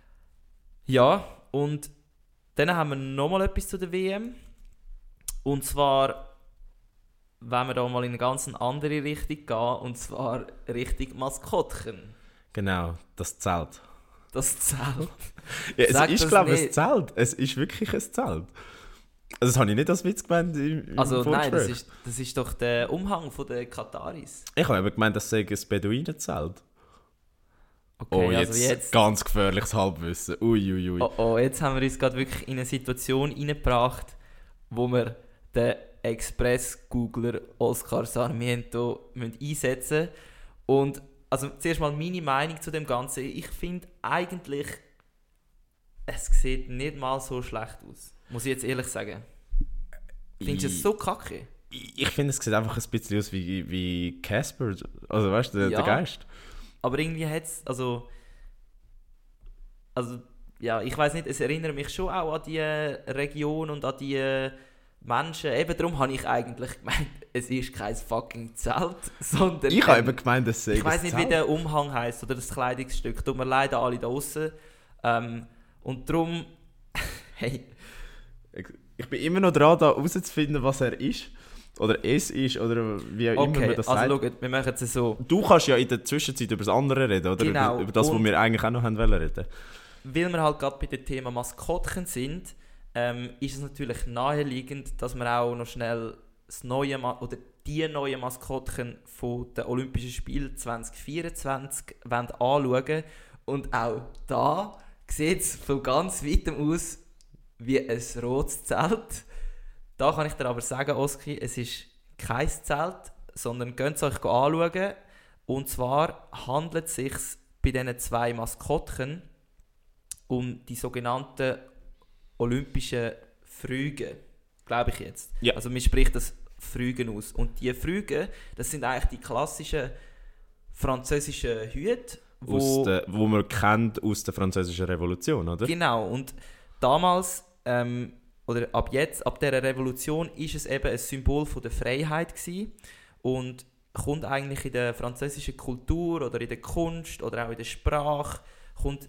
Ja, und dann haben wir nochmal etwas zu der WM. Und zwar, wenn wir da mal in eine ganz andere Richtung gehen, und zwar Richtung Maskottchen. Genau, das Zelt. Das Zelt. Ja, es ist, glaube ich, ein Zelt. Es ist wirklich ein Zelt. Also das habe ich nicht als Witz gemeint im Also nein, Vorgespräch. das ist doch der Umhang der Kataris. Ich habe eben gemeint, das sei ein Beduinenzelt. Okay, jetzt ganz gefährliches Halbwissen. Uiuiui. Oh, jetzt haben wir uns gerade wirklich in eine Situation reingebracht, wo wir den Express-Googler Oscar Sarmiento einsetzen müssen. Und also zuerst mal meine Meinung zu dem Ganzen. Ich finde eigentlich, es sieht nicht mal so schlecht aus. Muss ich jetzt ehrlich sagen. Findest du es so kacke? Ich finde, es sieht einfach ein bisschen aus wie Casper. Also weißt du, der Geist. Aber irgendwie hat es, also ja, ich weiß nicht, es erinnert mich schon auch an die Region und an die Menschen. Eben darum habe ich eigentlich gemeint, es ist kein fucking Zelt, sondern... Ich habe eben gemeint, es sei ich weiß nicht, wie der Umhang heisst oder das Kleidungsstück. Tut mir leid an alle da draussen. Und darum... hey... Ich bin immer noch dran, da herauszufinden, was er ist. Oder es ist, oder wie auch immer man das sagt. Also schaut, wir machen es so. Du kannst ja in der Zwischenzeit über das andere reden, oder? Genau. Über das, was wir eigentlich auch noch reden wollten. Weil wir halt gerade bei dem Thema Maskottchen sind, ist es natürlich naheliegend, dass wir auch noch schnell das neue oder die neuen Maskottchen von den Olympischen Spielen 2024 anschauen. Und auch da sieht es von ganz weitem aus wie ein rotes Zelt. Da kann ich dir aber sagen, Oski, es ist kein Zelt, sondern könnt es euch anschauen. Und zwar handelt es sich bei diesen zwei Maskottchen um die sogenannten olympischen Früge, glaube ich jetzt. Ja. Also man spricht das Frügen aus. Und die Früge, das sind eigentlich die klassischen französischen Hüte, wo man kennt aus der Französischen Revolution, oder? Genau, und damals, oder ab dieser Revolution, ist es eben ein Symbol von der Freiheit gewesen und kommt eigentlich in der französischen Kultur oder in der Kunst oder auch in der Sprache, kommt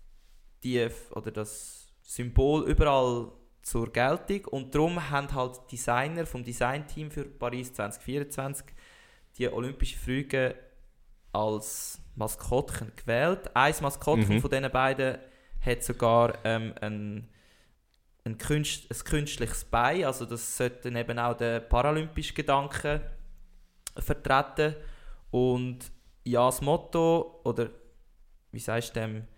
das Symbol überall zur Geltung und darum haben halt Designer vom Designteam für Paris 2024 die Olympischen Früge als Maskottchen gewählt. Ein Maskottchen von diesen beiden hat sogar ein künstliches Bein, also das sollte eben auch den paralympischen Gedanken vertreten. Und ja, das Motto, oder wie sagst du dem,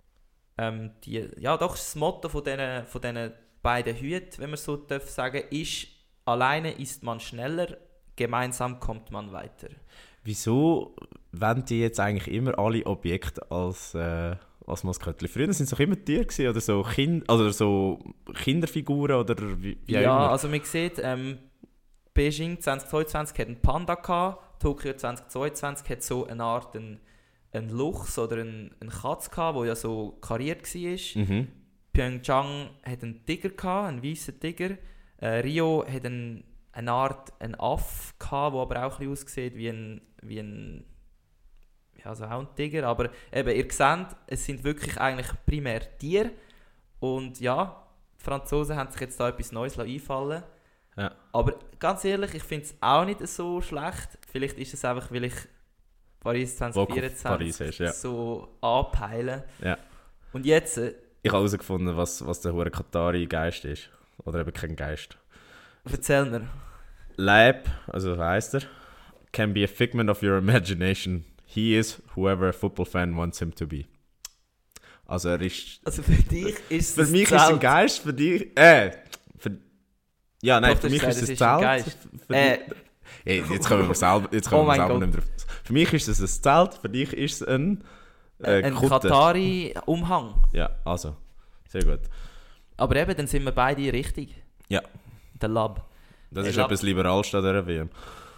das Motto von diesen beiden Hüten, wenn man so sagen darf, ist: Alleine ist man schneller, gemeinsam kommt man weiter. Wieso wollen die jetzt eigentlich immer alle Objekte als Maskottchen? Früher waren es doch immer Tiere gewesen, oder so Kinderfiguren oder wie auch immer. Ja, also man sieht, Beijing 2022 hat einen Panda gehabt, Tokio 2022 hat so eine Art einen Luchs oder einen Katz gehabt, der ja so kariert war. Mhm. Pyeongchang hat einen Tiger gehabt, einen weißen Tiger. Rio hat eine Art Aff gehabt, der aber auch ein bisschen aussieht wie ein also auch ein Tiger. Aber eben, ihr seht, es sind wirklich eigentlich primär Tiere. Und ja, die Franzosen haben sich jetzt da etwas Neues einfallen. Ja. Aber ganz ehrlich, ich finde es auch nicht so schlecht. Vielleicht ist es einfach, weil ich Paris 2024 so anpeile. Ja. Und jetzt... ich habe herausgefunden, was der hure Katari-Geist ist. Oder eben kein Geist. Erzähl mir. Leib, also heisst er, can be a figment of your imagination. He is whoever a football fan wants him to be. Also er ist... Also für dich ist es für mich ist es ein Geist, für dich... Ja, nein, doch, für mich ist es ein Zelt. Jetzt kommen wir selber nicht drauf. Für mich ist es ein Zelt, für dich ist es ein Katari-Umhang. Ja, also, sehr gut. Aber eben, dann sind wir beide richtig. Ja. Der Lab. Das ist etwas liberalst an dieser WM.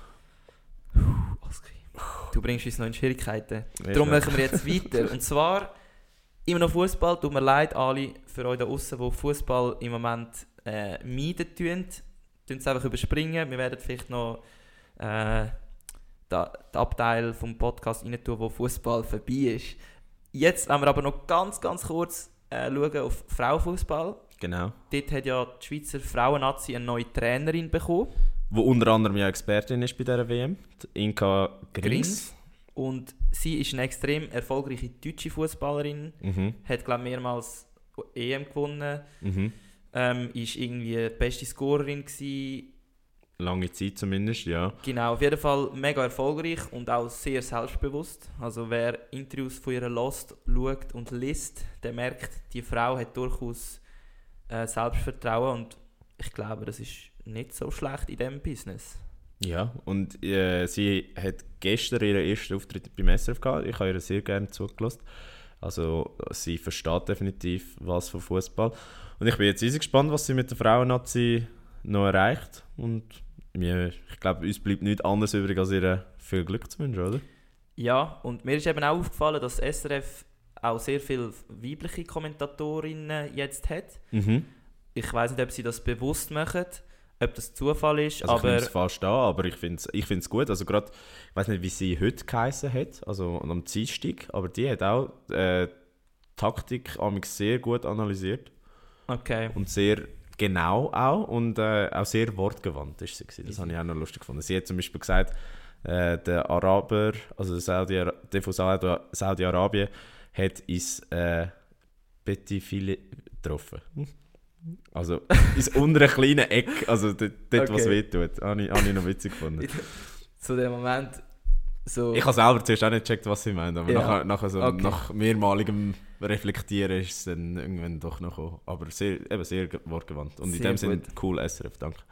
Du bringst uns noch in Schwierigkeiten. Darum machen wir jetzt weiter. Und zwar, immer noch Fußball. Tut mir leid, alle für euch da draussen, die Fußball im Moment meiden tun. Tun es einfach überspringen. Wir werden vielleicht noch den Abteil vom Podcast rein tun, wo Fußball vorbei ist. Jetzt wollen wir aber noch ganz, ganz kurz schauen auf Frauenfußball. Genau. Dort hat ja die Schweizer Frauen-Nazi eine neue Trainerin bekommen. Wo unter anderem ja Expertin ist bei dieser WM, die Inka Grings. Und sie ist eine extrem erfolgreiche deutsche Fußballerin. Hat, glaube ich, mehrmals EM gewonnen. Ist irgendwie die beste Scorerin gewesen. Lange Zeit zumindest, ja. Genau, auf jeden Fall mega erfolgreich und auch sehr selbstbewusst. Also wer Interviews von ihr lost, schaut und liest, der merkt, die Frau hat durchaus Selbstvertrauen und ich glaube, das ist nicht so schlecht in diesem Business. Ja, und sie hat gestern ihren ersten Auftritt beim SRF gehabt. Ich habe ihr sehr gerne zugelassen. Also sie versteht definitiv was von Fußball. Und ich bin jetzt riesig gespannt, was sie mit der Frauen-Nazi noch erreicht. Und ich glaube, uns bleibt nichts anderes übrig, als ihr viel Glück zu wünschen, oder? Ja, und mir ist eben auch aufgefallen, dass SRF auch sehr viele weibliche Kommentatorinnen jetzt hat. Mhm. Ich weiß nicht, ob sie das bewusst machen, ob das Zufall ist, Also ich aber finde es fast da, aber ich finde es gut. Also gerade, ich weiß nicht, wie sie heute geheissen hat, also am Dienstag, aber die hat auch Taktik sehr gut analysiert. okay. Und sehr genau auch und auch sehr wortgewandt ist sie gewesen. Das habe ich auch noch lustig gefunden. Sie hat zum Beispiel gesagt, der Araber, also der von Saudi-Arabien, hat ins Petit Filet getroffen. Also ins untere kleine Eck, also dort Okay. was wehtut. Habe ich noch witzig gefunden. Zu dem Moment so... Ich habe selber zuerst auch nicht gecheckt, was sie meint, aber Ja. nachher so, Okay. nach mehrmaligem Reflektieren ist es dann irgendwann doch noch gekommen. Aber sehr wortgewandt. Und in Sehr dem Sinne gut. cool SRF, danke.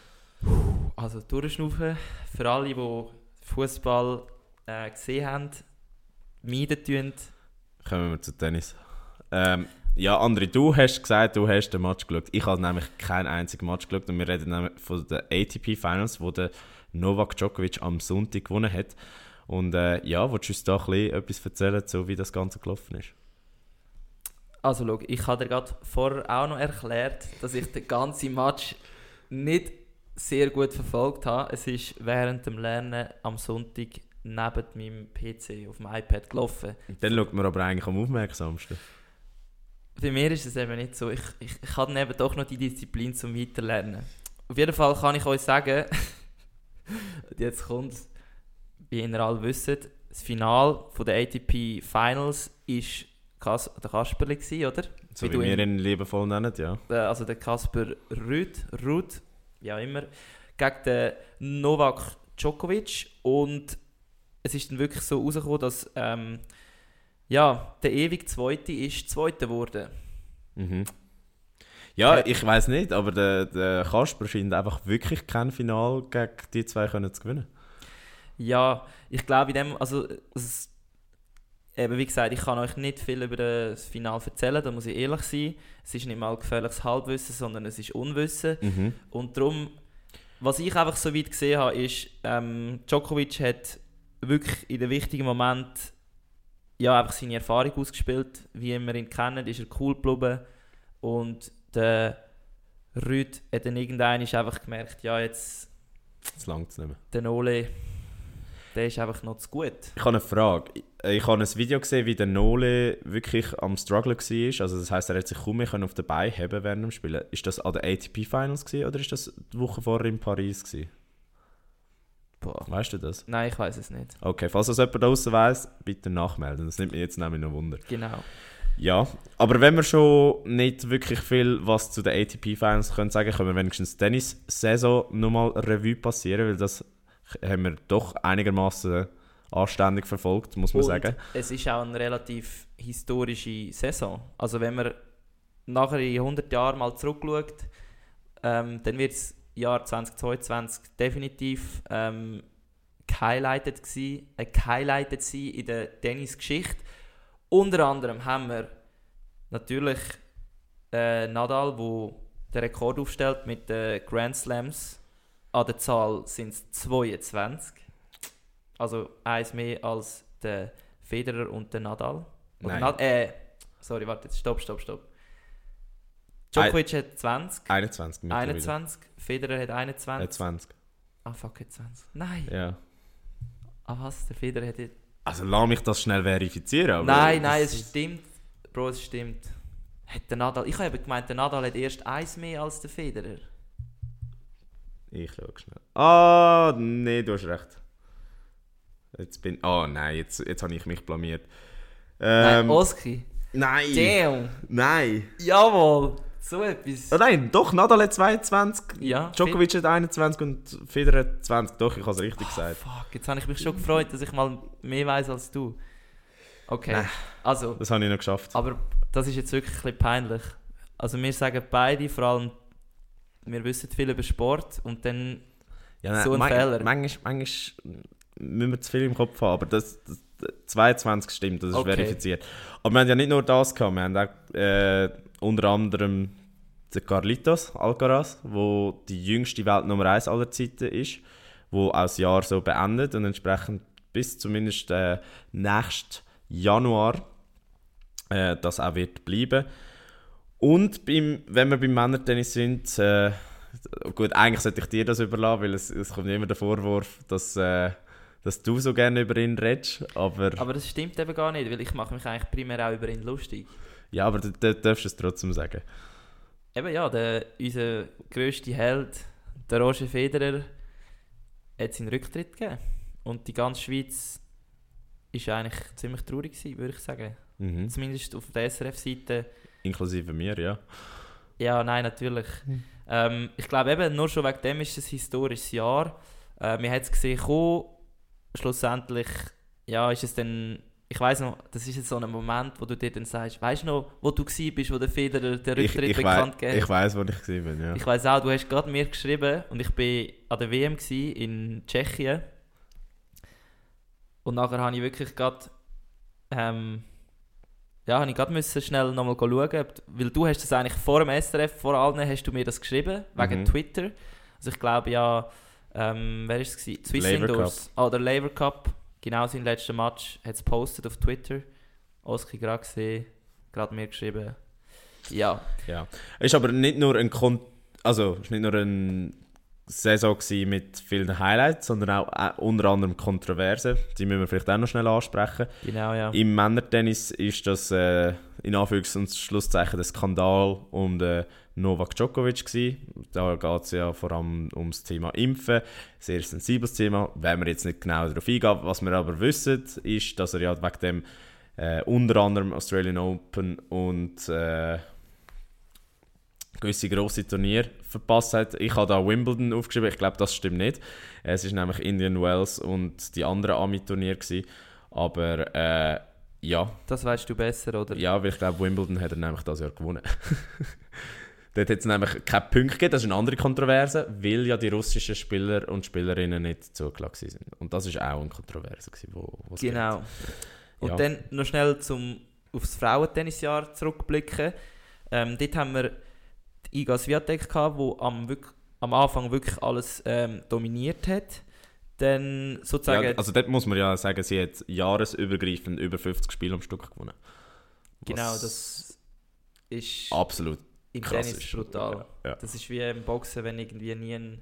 Also durchschnaufen, für alle, die Fußball gesehen haben, meiden tun. Kommen wir zu Tennis. Ja, André, du hast gesagt, du hast den Match geschaut. Ich habe nämlich keinen einzigen Match geschaut und wir reden nämlich von den ATP Finals, wo der Novak Djokovic am Sonntag gewonnen hat. Und ja, willst du uns da ein bisschen etwas erzählen, so wie das Ganze gelaufen ist? Also schau, ich habe dir gerade vorher auch noch erklärt, dass ich den ganzen Match nicht sehr gut verfolgt habe. Es ist während dem Lernen am Sonntag neben meinem PC auf dem iPad gelaufen. Dann schaut man aber eigentlich am aufmerksamsten. Bei mir ist es eben nicht so. Ich habe dann eben doch noch die Disziplin zum Weiterlernen. Auf jeden Fall kann ich euch sagen, und jetzt kommt es, wie ihr alle wisst, das Finale der ATP Finals war der Kasperli gewesen, oder? So wie wir ihn liebevoll nennen, ja. Also der Kasper Ruud, wie auch immer, gegen den Novak Djokovic. Und es ist dann wirklich so rausgekommen, dass der ewig Zweite ist Zweiter geworden. Mhm. Ja, ich weiß nicht, aber der Kasper scheint einfach wirklich kein Final gegen die zwei können zu gewinnen. Ja, ich glaube in dem, eben wie gesagt, ich kann euch nicht viel über das Finale erzählen, da muss ich ehrlich sein. Es ist nicht mal gefährliches Halbwissen, sondern es ist Unwissen. Mhm. Und darum, was ich einfach so weit gesehen habe, ist, Djokovic hat wirklich in den wichtigen Momenten einfach seine Erfahrung ausgespielt. Wie wir ihn kennen, ist er cool geblieben. Und der Ruud hat dann irgendwann einfach gemerkt, ja jetzt, Das langt es nicht mehr. der Nole, der ist einfach noch zu gut. Ich habe eine Frage. Ich habe ein Video gesehen, wie der Nole wirklich am Struggle war. Also das heisst, er hat sich kaum mehr auf den Beinen heben während dem Spielen. Ist das an den ATP Finals gewesen, oder ist das die Woche vorher in Paris gewesen? Boah. Weißt du das? Nein, ich weiß es nicht. Okay, falls das jemand draußen weiss, bitte nachmelden. Das nimmt mich jetzt nämlich noch Wunder. Genau. Ja, aber wenn wir schon nicht wirklich viel was zu den ATP Finals können sagen, können wir wenigstens die Tennis-Saison nochmal Revue passieren, weil das haben wir doch einigermaßen anständig verfolgt, muss man sagen. Es ist auch eine relativ historische Saison. Also wenn man nachher in 100 Jahren mal zurückschaut, dann wird das Jahr 2022 definitiv gehighlightet sein in der Tennisgeschichte. Unter anderem haben wir natürlich Nadal, der den Rekord aufstellt mit den Grand Slams. An der Zahl sind es 22. Also eins mehr als der Federer und der Nadal. Nein. Sorry, warte, jetzt stopp. Djokovic hat 20. 21 mittlerweile. 21. Federer hat 21. 20. Ah, fuck, hat 20. Nein. Ja. Ah, was? Der Federer hat... Also lass mich das schnell verifizieren. Aber Nein, es stimmt. Bro, es stimmt. Hat der Nadal... Ich habe eben gemeint, der Nadal hat erst eins mehr als der Federer. Ich schaue schnell. Ah, nee, du hast recht. Jetzt habe ich mich blamiert. Nein, Oski. Nein! Damn. Nein! Jawohl. so etwas. Oh nein, doch, Nadal hat 22, Ja, Djokovic hat 21 und Federer hat 20. Doch, ich habe es richtig gesagt. Fuck, jetzt habe ich mich schon gefreut, dass ich mal mehr weiss als du. Okay, Nein. also, Das habe ich noch geschafft. aber das ist jetzt wirklich ein bisschen peinlich. Also wir sagen beide, vor allem, wir wissen viel über Sport und dann Ja, so ein Fehler. Manchmal müssen wir zu viel im Kopf haben, aber das 22 stimmt, das ist Okay. verifiziert. Aber wir haben ja nicht nur das gehabt, wir haben auch unter anderem den Carlitos Alcaraz, wo die jüngste Weltnummer 1 aller Zeiten ist, wo auch das Jahr so beendet und entsprechend bis zumindest nächsten Januar das auch wird bleiben. Und wenn wir beim Männertennis sind, gut, eigentlich sollte ich dir das überlassen, weil es kommt immer der Vorwurf, dass du so gerne über ihn redest, aber das stimmt eben gar nicht, weil ich mache mich eigentlich primär auch über ihn lustig. ja, aber du darfst es trotzdem sagen. Eben ja, unser grösster Held, der Roger Federer, hat seinen Rücktritt gegeben. Und die ganze Schweiz war eigentlich ziemlich traurig gewesen, würde ich sagen. Mhm. Zumindest auf der SRF-Seite. Inklusive mir, ja. Ja, nein, natürlich. Ich glaube eben, nur schon wegen dem ist es ein historisches Jahr. Wir haben es gesehen, schlussendlich, ja, ist es dann, ich weiss noch, das ist jetzt so ein Moment, wo du dir dann sagst, weißt du noch, wo du bist, wo der Federer den Rücktritt bekannt gegeben hat? Ich weiss, wo ich war, ja. Ich weiss auch, du hast gerade mir geschrieben und ich war an der WM in Tschechien. Und nachher habe ich wirklich gerade musste schnell nochmal schauen, weil du hast das eigentlich vor dem SRF, vor allen hast du mir das geschrieben, wegen Twitter. Also ich glaube ja, wer war es? Swiss Indoors. Der Labour Cup, genau sein letzter Match, hat es gepostet auf Twitter. Oski gerade gesehen, gerade mir geschrieben. Ja. Ja. Es war aber nicht nur eine Saison mit vielen Highlights, sondern auch unter anderem Kontroversen. Die müssen wir vielleicht auch noch schnell ansprechen. Genau, ja. Im Männertennis ist das in Anführungs- und Schlusszeichen der Skandal um den Novak Djokovic gewesen. Da geht es ja vor allem ums Thema Impfen. Sehr sensibles Thema. Wenn wir jetzt nicht genau darauf eingehen. Was wir aber wissen, ist, dass er ja wegen dem unter anderem Australian Open und gewisse grosse Turniere verpasst hat. Ich habe da Wimbledon aufgeschrieben, ich glaube, das stimmt nicht. Es war nämlich Indian Wells und die anderen Ami-Turniere gewesen. Aber ja. Das weißt du besser, oder? Ja, weil ich glaube, Wimbledon hat er nämlich das Jahr gewonnen. Dort hat es nämlich keine Punkte gegeben, das ist eine andere Kontroverse, weil ja die russischen Spieler und Spielerinnen nicht zugelassen sind. Und das war auch eine Kontroverse, wo es genau. geht. Und Ja. dann noch schnell auf das Frauentennisjahr zurückblicken. Dort haben wir die Iga Swiatek gehabt, die am Anfang wirklich alles dominiert hat. Dann sozusagen... Ja, also dort muss man ja sagen, sie hat jahresübergreifend über 50 Spiele am Stück gewonnen. Genau, das ist Absolut im krass Tennis ist. brutal. Ja. Das ist wie im Boxen, wenn du irgendwie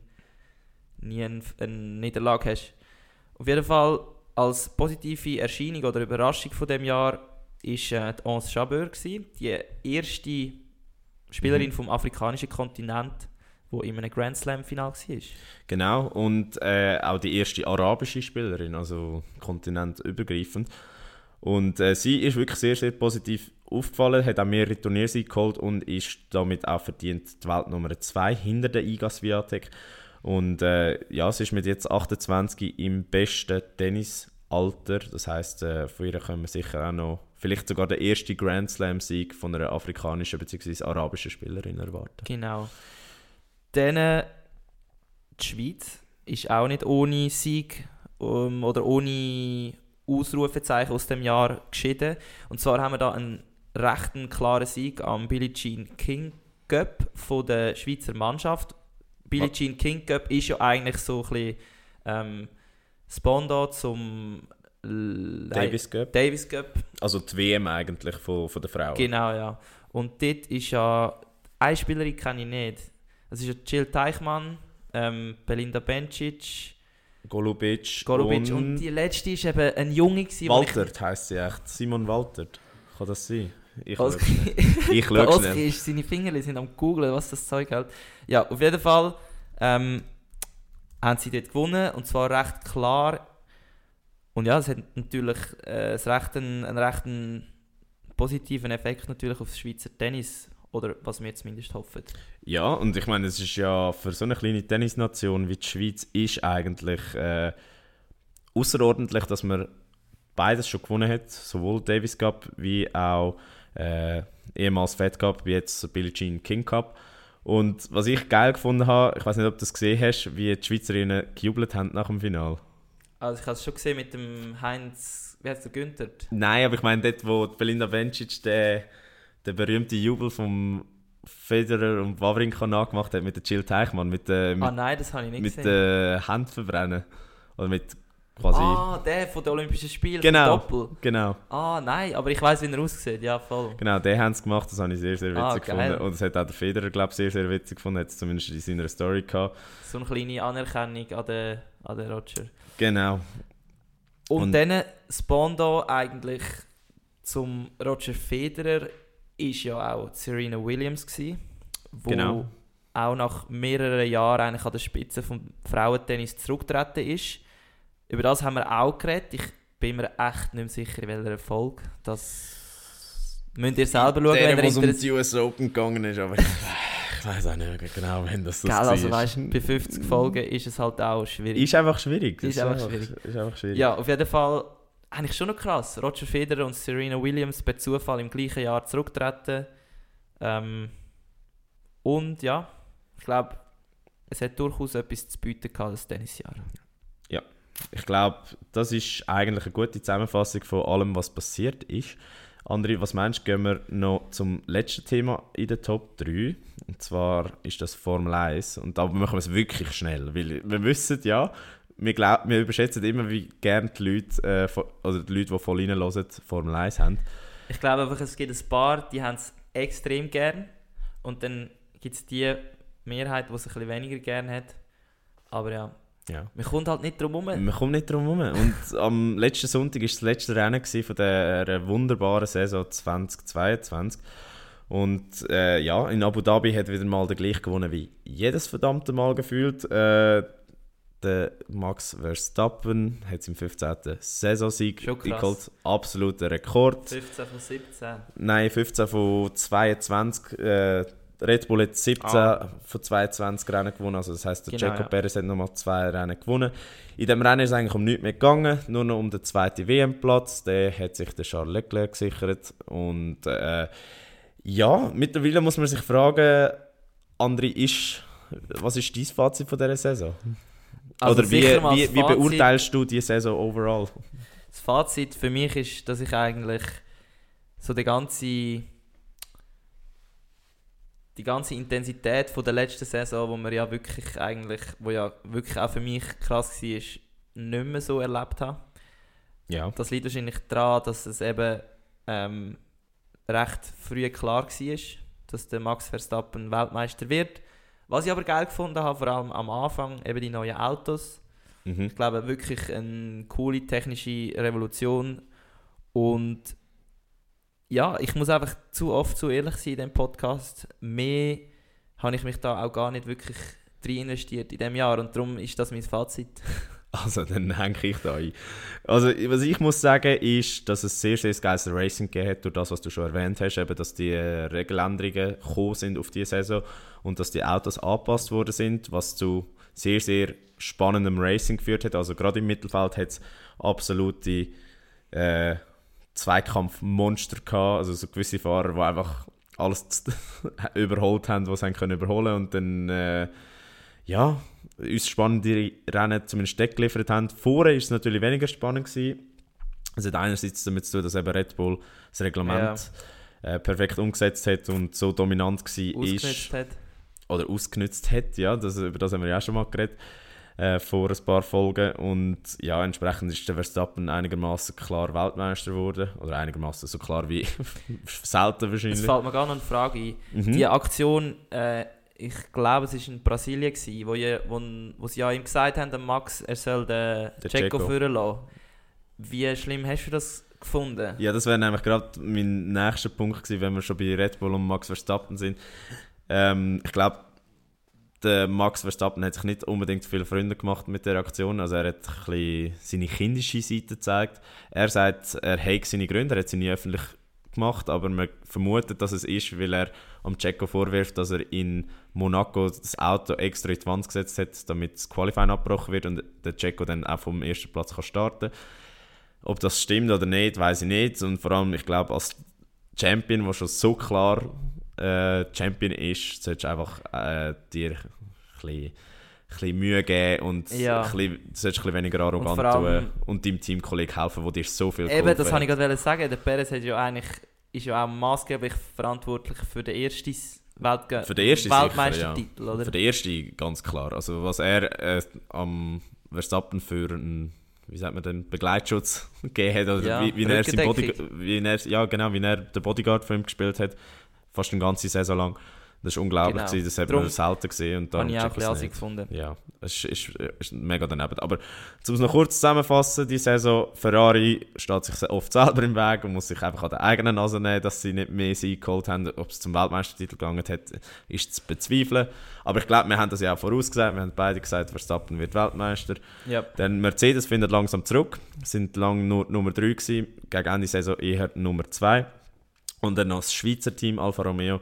nie eine Niederlage hast. Auf jeden Fall als positive Erscheinung oder Überraschung von dem Jahr war die Ons Jabeur, die erste Spielerin vom afrikanischen Kontinent, die in einem Grand Slam-Final war. Genau, und auch die erste arabische Spielerin, also kontinentübergreifend. Und sie ist wirklich sehr, sehr positiv aufgefallen, hat auch mehrere Turniersiege geholt und ist damit auch verdient die Weltnummer 2 hinter der Iga Swiatek. Und ja, sie ist mit jetzt 28 im besten Tennisalter. Das heisst, von ihr können wir sicher auch noch vielleicht sogar den ersten Grand Slam-Sieg von einer afrikanischen bzw. arabischen Spielerin erwarten. Genau. Dann die Schweiz ist auch nicht ohne Sieg oder ohne Ausrufezeichen aus dem Jahr geschieden. Und zwar haben wir da einen recht klaren Sieg am Billie Jean King Cup von der Schweizer Mannschaft. Billie Jean King Cup ist ja eigentlich so ein bisschen das Pendant zum Davis Cup. Davis Cup. Also die WM eigentlich von der Frauen. Genau, ja. Und dort ist ja... Eine Spielerin kenne ich nicht. Das ist ja Jill Teichmann, Belinda Bencic, Golubic und die letzte war eben ein Junge. Waltert heisst sie echt. Simon Waltert. Kann das sein? Ich schaue Der schnell. Oski ist, seine Finger sind am googlen, was das Zeug hält. Ja, auf jeden Fall haben sie dort gewonnen und zwar recht klar. Und ja, es hat natürlich einen recht positiven Effekt natürlich auf das Schweizer Tennis. Oder was wir zumindest hoffen. Ja, und ich meine, es ist ja für so eine kleine Tennisnation wie die Schweiz ist eigentlich außerordentlich, dass man beides schon gewonnen hat, sowohl Davis Cup wie auch ehemals Fed Cup, wie jetzt Billie Jean King Cup. Und was ich geil gefunden habe, ich weiß nicht, ob du das gesehen hast, wie die Schweizerinnen gejubelt haben nach dem Finale. Also ich habe es schon gesehen mit dem Heinz, wie heißt der, Günther? Nein, aber ich meine dort, wo Belinda Bencic der berühmte Jubel vom Federer und Wawrinka nachgemacht hat mit der Jill Teichmann, mit Nein, das habe ich nicht mit gesehen. Hand verbrennen. Oder mit quasi... Der von den Olympischen Spielen, Genau, vom Doppel. genau. Nein, aber ich weiss, wie er aussieht, ja voll. Genau, den haben sie gemacht, das habe ich sehr, sehr witzig geil. gefunden. Und das hat auch der Federer, glaube ich, sehr, sehr witzig gefunden, hat es zumindest in seiner Story gehabt. So eine kleine Anerkennung an den Roger. Genau. Und dann das Pendant eigentlich zum Roger Federer ist ja auch Serena Williams gewesen, wo Genau. auch nach mehreren Jahren eigentlich an der Spitze vom Frauentennis zurückgetreten ist. Über das haben wir auch geredet. Ich bin mir echt nicht mehr sicher, in welcher Folge. Das müsst ihr selber schauen, wenn ihr es um die US Open gegangen ist, aber ich weiß auch nicht genau, wenn das Gell, war. also weißt, bei 50 Folgen ist es halt auch schwierig. Ist einfach schwierig. Ist einfach schwierig. Ja, auf jeden Fall eigentlich schon noch krass. Roger Federer und Serena Williams per Zufall im gleichen Jahr zurücktreten. Und ja, ich glaube, es hat durchaus etwas zu bieten gehabt, das Tennisjahr. Ja, ich glaube, das ist eigentlich eine gute Zusammenfassung von allem, was passiert ist. André, was meinst du, gehen wir noch zum letzten Thema in der Top 3. Und zwar ist das Formel 1. Und da machen wir es wirklich schnell, weil wir wissen ja, wir überschätzen immer, wie gerne die Leute, oder die Leute, die voll reinhören, Formel 1 haben. Ich glaube einfach, es gibt ein paar, die haben es extrem gern. Und dann gibt es die Mehrheit, die es ein bisschen weniger gern hat. Aber ja. Man kommt halt nicht drum herum. Man kommt nicht drum herum. Und am letzten Sonntag war das letzte Rennen von dieser wunderbaren Saison 2022. Und in Abu Dhabi hat wieder mal der gleich gewonnen wie jedes verdammte Mal gefühlt. Der Max Verstappen hat seinen 15. Saisonsieg geholt. Absoluter Rekord. 15 von 17. Nein, 15 von 22. Red Bull hat 17 von 22 Rennen gewonnen. Also das heisst, der Checo Perez hat nochmal 2 Rennen gewonnen. In diesem Rennen ist es eigentlich um nichts mehr gegangen. Nur noch um den 2. WM-Platz. Den hat sich der Charles Leclerc gesichert. Und mittlerweile muss man sich fragen, André, was ist dein Fazit von dieser Saison? Also oder wie beurteilst du die Saison overall? Das Fazit für mich ist, dass ich eigentlich so die ganze Intensität von der letzten Saison, wo ja wirklich auch für mich krass war, nicht mehr so erlebt habe. Ja. Das liegt wahrscheinlich daran, dass es eben recht früh klar war, dass der Max Verstappen Weltmeister wird. Was ich aber geil gefunden habe, vor allem am Anfang, eben die neuen Autos. Mhm. Ich glaube, wirklich eine coole technische Revolution. Und ja, ich muss einfach zu oft zu ehrlich sein in diesem Podcast. Mehr habe ich mich da auch gar nicht wirklich rein investiert in diesem Jahr. Und darum ist das mein Fazit. Also, dann hänge ich da ein. Also, was ich muss sagen, ist, dass es sehr, sehr geiles Racing gegeben hat, durch das, was du schon erwähnt hast, eben, dass die Regeländerungen gekommen sind auf diese Saison und dass die Autos angepasst worden sind, was zu sehr, sehr spannendem Racing geführt hat. Also, gerade im Mittelfeld hat es absolute Zweikampfmonster gehabt, also so gewisse Fahrer, die einfach alles überholt haben, was sie können überholen und dann uns spannende Rennen zumindest geliefert haben. Vorher war es natürlich weniger spannend gewesen. Es hat einerseits damit zu tun, dass eben Red Bull das Reglement perfekt umgesetzt hat und so dominant war. Ausgenutzt hat, ja, über das haben wir ja auch schon mal geredet. Vor ein paar Folgen und ja, entsprechend ist der Verstappen einigermaßen klar Weltmeister geworden oder einigermaßen so klar wie selten wahrscheinlich. Es fällt mir gar noch eine Frage ein. Die Aktion, ich glaube es war in Brasilien wo sie ja ihm gesagt haben, Max, er soll den Checo führen lassen. Wie schlimm hast du das gefunden? Ja, das wäre nämlich gerade mein nächster Punkt gewesen, wenn wir schon bei Red Bull und Max Verstappen sind. Ich glaube, der Max Verstappen hat sich nicht unbedingt viele Freunde gemacht mit der Aktion. Also er hat ein bisschen seine kindische Seite gezeigt. Er sagt, er hat seine Gründe, er hat sie nie öffentlich gemacht, aber man vermutet, dass es ist, weil er am Checo vorwirft, dass er in Monaco das Auto extra in die Wand gesetzt hat, damit das Qualifying abgebrochen wird und der Checo dann auch vom ersten Platz kann starten kann. Ob das stimmt oder nicht, weiß ich nicht. Und vor allem, ich glaube, als Champion, der schon so klar Champion ist, solltest du einfach dir ein bisschen Mühe geben und solltest ein bisschen weniger arrogant tun und deinem Teamkollegen helfen, der dir so viel geholfen hat. Eben, das wollte ich gerade sagen. Der Perez ist ja auch maßgeblich verantwortlich für den ersten Weltmeistertitel, ja. Oder? Für den ersten ganz klar. Also was er am Verstappen für einen, wie sagt man denn, Begleitschutz gegeben hat, oder wie er den Bodyguard für ihn gespielt hat, fast eine ganze Saison lang. Das war unglaublich, genau. Das hat man selten gesehen. Und habe ich auch ein bisschen gefunden. Ja, es ist mega daneben. Aber um es noch kurz zusammenzufassen, die Saison, Ferrari steht sich oft selber im Weg und muss sich einfach an der eigenen Nase nehmen, dass sie nicht mehr Sieg geholt haben. Ob es zum Weltmeistertitel gegangen hat, ist zu bezweifeln. Aber ich glaube, wir haben das ja auch vorausgesagt. Wir haben beide gesagt, Verstappen wird Weltmeister. Yep. Dann Mercedes findet langsam zurück. Sind lange nur Nummer 3 gewesen, gegen Ende Saison eher Nummer 2. Und dann noch das Schweizer Team Alfa Romeo,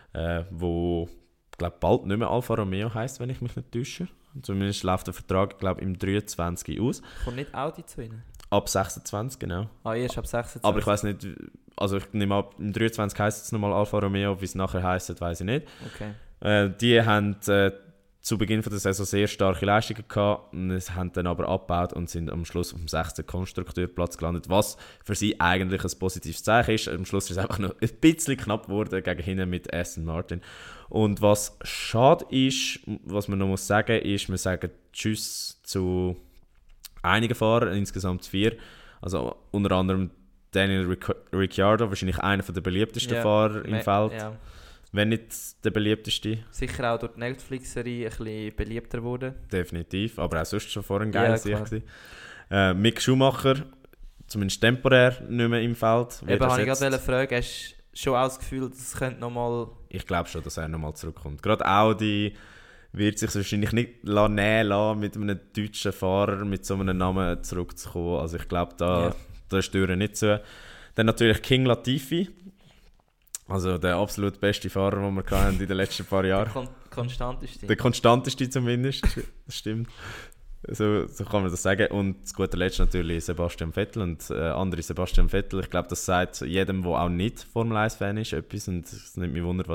wo glaube bald nicht mehr Alfa Romeo heisst, wenn ich mich nicht täusche. Zumindest läuft der Vertrag glaube im 23 aus. Kommt nicht Audi zu ihnen? Ab 26, genau. Erst ab 26. Aber ich weiß nicht, also ich nehme ab, im 23 heisst es nochmal Alfa Romeo, wie es nachher heisst, weiß ich nicht. Okay. Die haben zu Beginn der Saison sehr starke Leistungen gehabt, haben dann aber abgebaut und sind am Schluss auf dem 6. Konstrukteurplatz gelandet, was für sie eigentlich ein positives Zeichen ist. Am Schluss ist es einfach noch ein bisschen knapp geworden gegen hinten mit Aston Martin. Und was schade ist, was man noch sagen muss, ist, wir sagen Tschüss zu einigen Fahrern, insgesamt 4. Also unter anderem Daniel Ricciardo, wahrscheinlich einer der beliebtesten Fahrer im Feld. Ja. Wenn nicht der beliebteste. Sicher auch durch die Netflix-Serie ein bisschen beliebter geworden. Definitiv, aber auch sonst schon vorher ein geiler Sieg. Mick Schumacher, zumindest temporär nicht mehr im Feld. Eben, habe ich gerade fragen, hast du schon auch das Gefühl, dass es könnte nochmal... Ich glaube schon, dass er nochmal zurückkommt. Gerade Audi wird sich wahrscheinlich nicht nehmen lassen, mit einem deutschen Fahrer mit so einem Namen zurückzukommen. Also ich glaube, da stören nicht so. Dann natürlich King Latifi. Also der absolut beste Fahrer, den wir hatten in den letzten paar Jahren. Der konstanteste. Der konstanteste zumindest, das stimmt. So kann man das sagen. Und zu guter Letzt natürlich Sebastian Vettel und andere Sebastian Vettel. Ich glaube, das sagt jedem, der auch nicht Formel 1-Fan ist, etwas. Und es nimmt mich Wunder,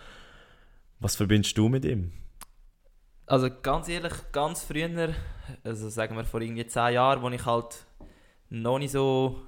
was verbindest du mit ihm? Also ganz ehrlich, ganz früher, also sagen wir vor irgendwie 10 Jahren, wo ich halt noch nicht so...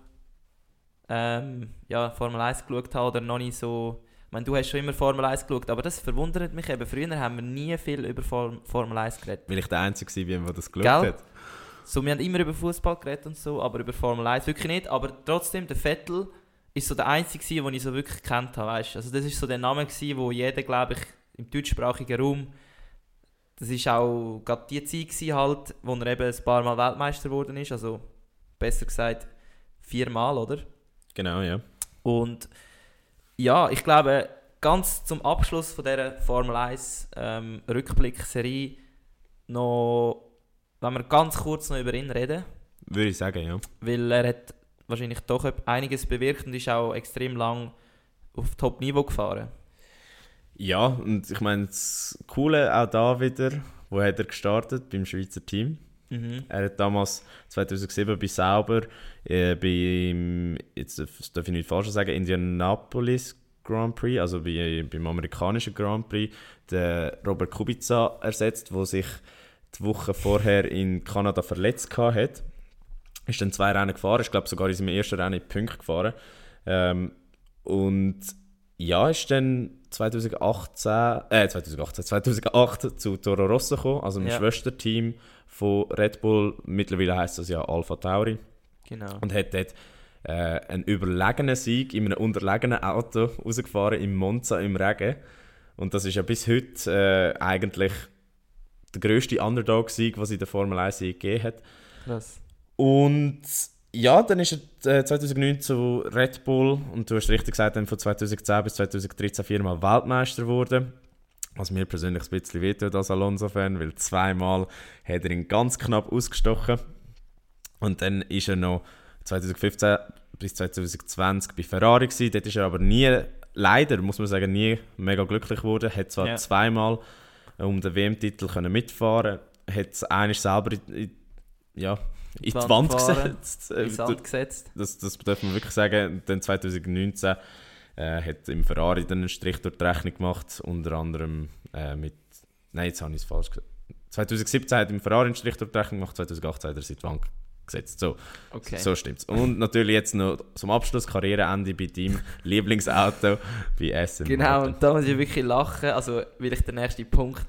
Formel 1 geschaut habe oder noch nicht so... Ich meine, du hast schon immer Formel 1 geschaut, aber das verwundert mich eben. Früher haben wir nie viel über Formel 1 geredet. Weil ich der Einzige war, der das geschaut hat. So, wir haben immer über Fußball geredet und so, aber über Formel 1 wirklich nicht. Aber trotzdem, der Vettel ist so der Einzige, den ich so wirklich gekannt habe. Weißt? Also das war so der Name, wo jeder, glaube ich, im deutschsprachigen Raum... Das war auch gerade die Zeit, halt, wo er eben ein paar Mal Weltmeister geworden ist. Also besser gesagt 4 Mal, oder? Genau, ja. Und ja, ich glaube, ganz zum Abschluss von dieser Formel 1 Rückblick-Serie noch, wenn wir ganz kurz noch über ihn reden. Würde ich sagen, ja. Weil er hat wahrscheinlich doch einiges bewirkt und ist auch extrem lang auf Top-Niveau gefahren. Ja, und ich meine, das Coole auch da wieder, wo hat er gestartet? Beim Schweizer Team. Mhm. Er hat damals 2007 bei Sauber, jetzt darf ich nicht falsch sagen, Indianapolis Grand Prix, also beim amerikanischen Grand Prix, den Robert Kubica ersetzt, der sich die Woche vorher in Kanada verletzt hat. Ist dann 2 Rennen gefahren, ich glaube sogar in seinem ersten Rennen in Punkte gefahren. Und ja, ist dann 2008 zu Toro Rosso gekommen, also einem Schwesterteam von Red Bull. Mittlerweile heisst das ja Alpha Tauri. Genau. Und hat dort einen überlegenen Sieg in einem unterlegenen Auto rausgefahren im Monza im Regen. Und das ist ja bis heute eigentlich der grösste Underdog-Sieg, was es in der Formel 1 gegeben hat. Krass. Und ja, dann ist er 2009 zu Red Bull und du hast richtig gesagt, dann von 2010 bis 2013 4-mal Weltmeister geworden. Was mir persönlich ein bisschen wehtut als Alonso-Fan, weil 2-mal hat er ihn ganz knapp ausgestochen. Und dann ist er noch 2015 bis 2020 bei Ferrari gewesen. Dort ist er aber leider, muss man sagen, nie mega glücklich geworden. Er hat zwar zweimal um den WM-Titel mitfahren können, hat es eigentlich selber in die Wand gesetzt. Das darf man wirklich sagen. Und dann 2019 hat im Ferrari dann einen Strich durch die Rechnung gemacht, unter anderem mit... Nein, jetzt habe ich es falsch gesagt. 2017 hat im Ferrari einen Strich durch die Rechnung gemacht, 2018 hat er sich in die Wand gesetzt. So, okay. So stimmt's. Und natürlich jetzt noch zum Abschluss Karriereende bei deinem Lieblingsauto bei Aston Genau, Martin. Und da muss ich wirklich lachen, also will ich den nächsten Punkt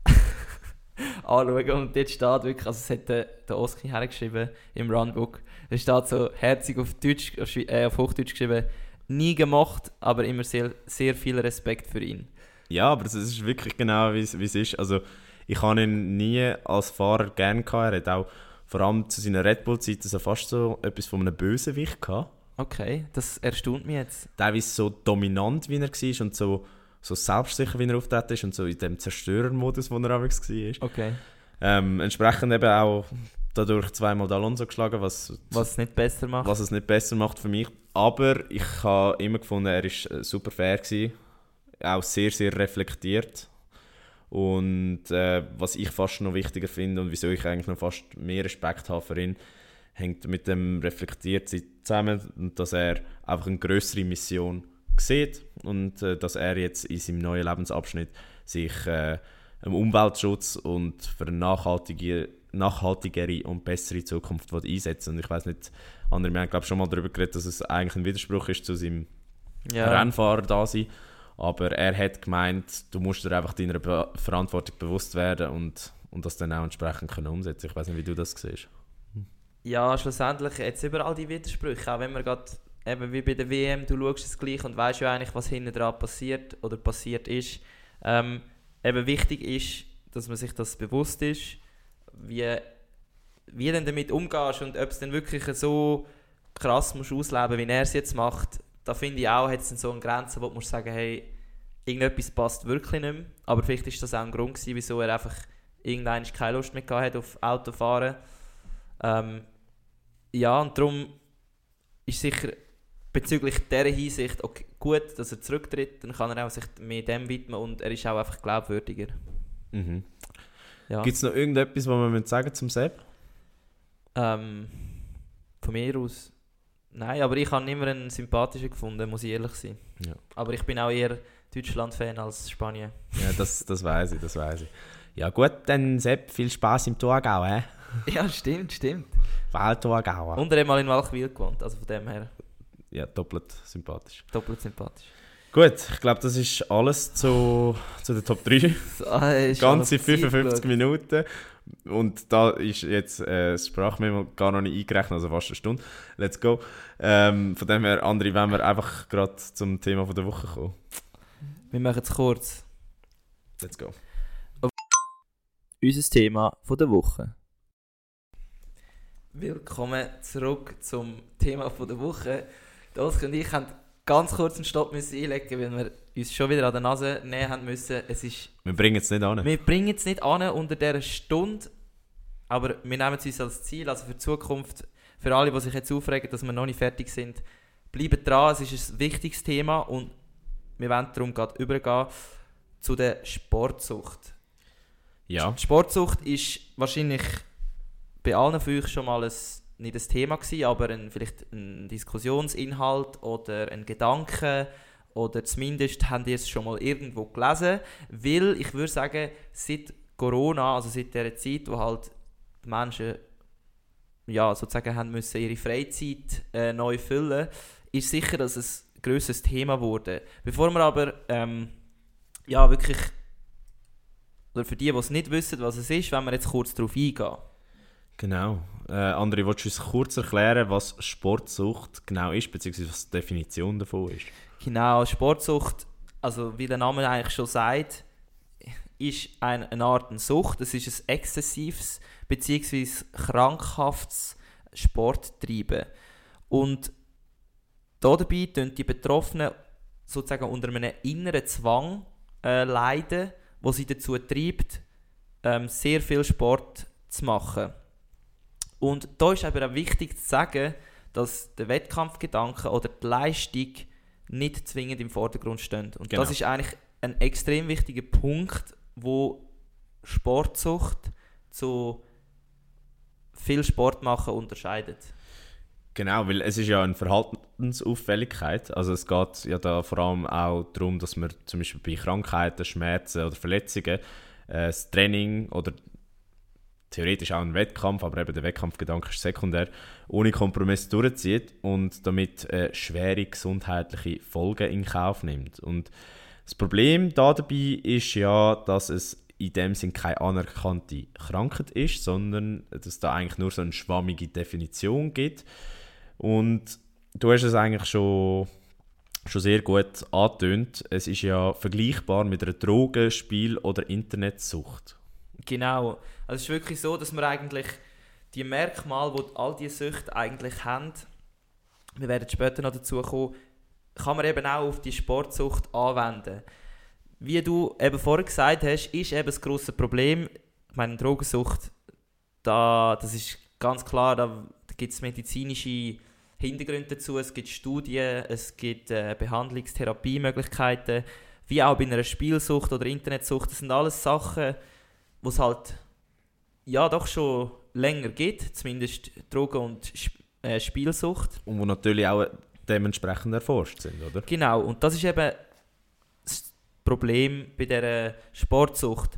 anschauen. Und dort steht wirklich, also es hat der Oski hergeschrieben im Runbook, da steht so herzig auf Hochdeutsch geschrieben, nie gemacht, aber immer sehr, sehr viel Respekt für ihn. Ja, aber es ist wirklich genau, wie es ist. Also ich habe ihn nie als Fahrer gerne gehabt. Er hat auch vor allem zu seiner Red Bull-Zeit so fast so etwas von einem Bösewicht gehabt. Okay, das erstaunt mich jetzt. Teilweise so dominant, wie er war und so selbstsicher, wie er auftreten ist und so in dem Zerstörermodus, wo er damals war. Okay. Entsprechend eben auch dadurch zweimal Alonso geschlagen, was es nicht besser macht. Was es nicht besser macht für mich. Aber ich habe immer gefunden, er war super fair gewesen. Auch sehr, sehr reflektiert. Und was ich fast noch wichtiger finde und wieso ich eigentlich noch fast mehr Respekt habe für ihn, hängt mit dem Reflektiertsein zusammen und dass er einfach eine grössere Mission sieht und dass er jetzt in seinem neuen Lebensabschnitt sich im Umweltschutz und für eine nachhaltigere und bessere Zukunft einsetzt. Und ich weiss nicht, andere haben glaube schon mal darüber geredet, dass es eigentlich ein Widerspruch ist zu seinem Rennfahrer-Dasein. Aber er hat gemeint, du musst dir einfach deiner Verantwortung bewusst werden und das dann auch entsprechend können umsetzen. Ich weiß nicht, wie du das siehst. Ja, schlussendlich jetzt überall die Widersprüche. Auch wenn man gerade, eben wie bei der WM, du schaust es gleich und weißt ja eigentlich, was hinten dran passiert oder passiert ist. Eben wichtig ist, dass man sich das bewusst ist, wie du dann damit umgehst und ob es dann wirklich so krass musst ausleben, wie er es jetzt macht. Da finde ich auch, hat es so eine Grenze, wo du musst sagen, hey, irgendetwas passt wirklich nicht mehr. Aber vielleicht ist das auch ein Grund gewesen, wieso er einfach irgendwann keine Lust mehr gehabt hat auf Autofahren. Ja, und darum ist sicher bezüglich dieser Hinsicht okay, gut, dass er zurücktritt. Dann kann er auch sich mehr dem widmen und er ist auch einfach glaubwürdiger. Mhm. Ja. Gibt es noch irgendetwas, was man sagen zum Sepp? Von mir aus... Nein, aber ich habe ihn immer einen sympathischen gefunden, muss ich ehrlich sein. Ja. Aber ich bin auch eher Deutschland-Fan als Spanien. Ja, das weiss ich. Ja gut, dann Sepp, viel Spass im Thurgau, hä? Ja, stimmt. Wahl-Thurgau. Und er hat mal in Walchwil gewohnt, also von dem her. Ja, doppelt sympathisch. Gut, ich glaube, das ist alles zu der Top 3. Ganze 55 Minuten. Und da ist jetzt das Sprachmemo gar noch nicht eingerechnet, also fast eine Stunde. Let's go. Von dem her, André, wollen wir einfach gerade zum Thema der Woche kommen? Wir machen es kurz. Let's go. Unser Thema der Woche. Willkommen zurück zum Thema der Woche. Oskar und ich haben ganz kurz einen Stopp einlegen, weil wir uns schon wieder an der Nase nehmen haben müssen. Wir bringen es nicht an. Wir bringen es nicht an unter dieser Stunde, aber wir nehmen es uns als Ziel, also für die Zukunft, für alle, die sich jetzt aufregen, dass wir noch nicht fertig sind, bleiben dran, es ist ein wichtiges Thema und wir wollen darum gerade übergehen zu der Sportsucht. Ja. Die Sportsucht ist wahrscheinlich bei allen von euch schon mal nicht ein Thema gewesen, aber vielleicht ein Diskussionsinhalt oder ein Gedanke oder zumindest habt ihr es schon mal irgendwo gelesen, weil ich würde sagen, seit Corona, also seit dieser Zeit, wo halt die Menschen sozusagen haben müssen ihre Freizeit neu füllen, ist sicher, dass es ein grösseres Thema geworden. Bevor wir aber wirklich, oder für die es nicht wissen, was es ist, wollen wir jetzt kurz darauf eingehen. Genau. André, willst du uns kurz erklären, was Sportsucht genau ist, beziehungsweise was die Definition davon ist? Genau, Sportsucht, also wie der Name eigentlich schon sagt, ist eine Art Sucht. Es ist ein exzessives bzw. krankhaftes Sporttreiben. Und dabei tun die Betroffenen sozusagen unter einem inneren Zwang leiden, der sie dazu treibt, sehr viel Sport zu machen. Und da ist aber auch wichtig zu sagen, dass der Wettkampfgedanke oder die Leistung nicht zwingend im Vordergrund stehen. Und Genau. das ist eigentlich ein extrem wichtiger Punkt, wo Sportsucht zu viel Sport machen unterscheidet. Genau, weil es ist ja eine Verhaltensauffälligkeit. Also es geht ja da vor allem auch darum, dass man zum Beispiel bei Krankheiten, Schmerzen oder Verletzungen das Training oder theoretisch auch einen Wettkampf, aber eben der Wettkampfgedanke ist sekundär, ohne Kompromiss durchzieht und damit schwere gesundheitliche Folgen in Kauf nimmt. Und das Problem dabei ist ja, dass es in dem Sinn keine anerkannte Krankheit ist, sondern dass es da eigentlich nur so eine schwammige Definition gibt. Und du hast es eigentlich schon sehr gut angetönt. Es ist ja vergleichbar mit einer Drogen-, Spiel- oder Internetsucht. Genau. Also es ist wirklich so, dass wir eigentlich die Merkmale, die all diese Süchte eigentlich haben, wir werden später noch dazu kommen, kann man eben auch auf die Sportsucht anwenden. Wie du eben vorher gesagt hast, ist eben das grosse Problem, ich meine, Drogensucht, das ist ganz klar, da gibt es medizinische Hintergründe dazu, es gibt Studien, es gibt Behandlungstherapiemöglichkeiten, wie auch bei einer Spielsucht oder Internetsucht. Das sind alles Sachen, die es halt ja doch schon länger gibt, zumindest Drogen- und Spielsucht. Und die natürlich auch dementsprechend erforscht sind, oder? Genau, und das ist eben das Problem bei dieser Sportsucht.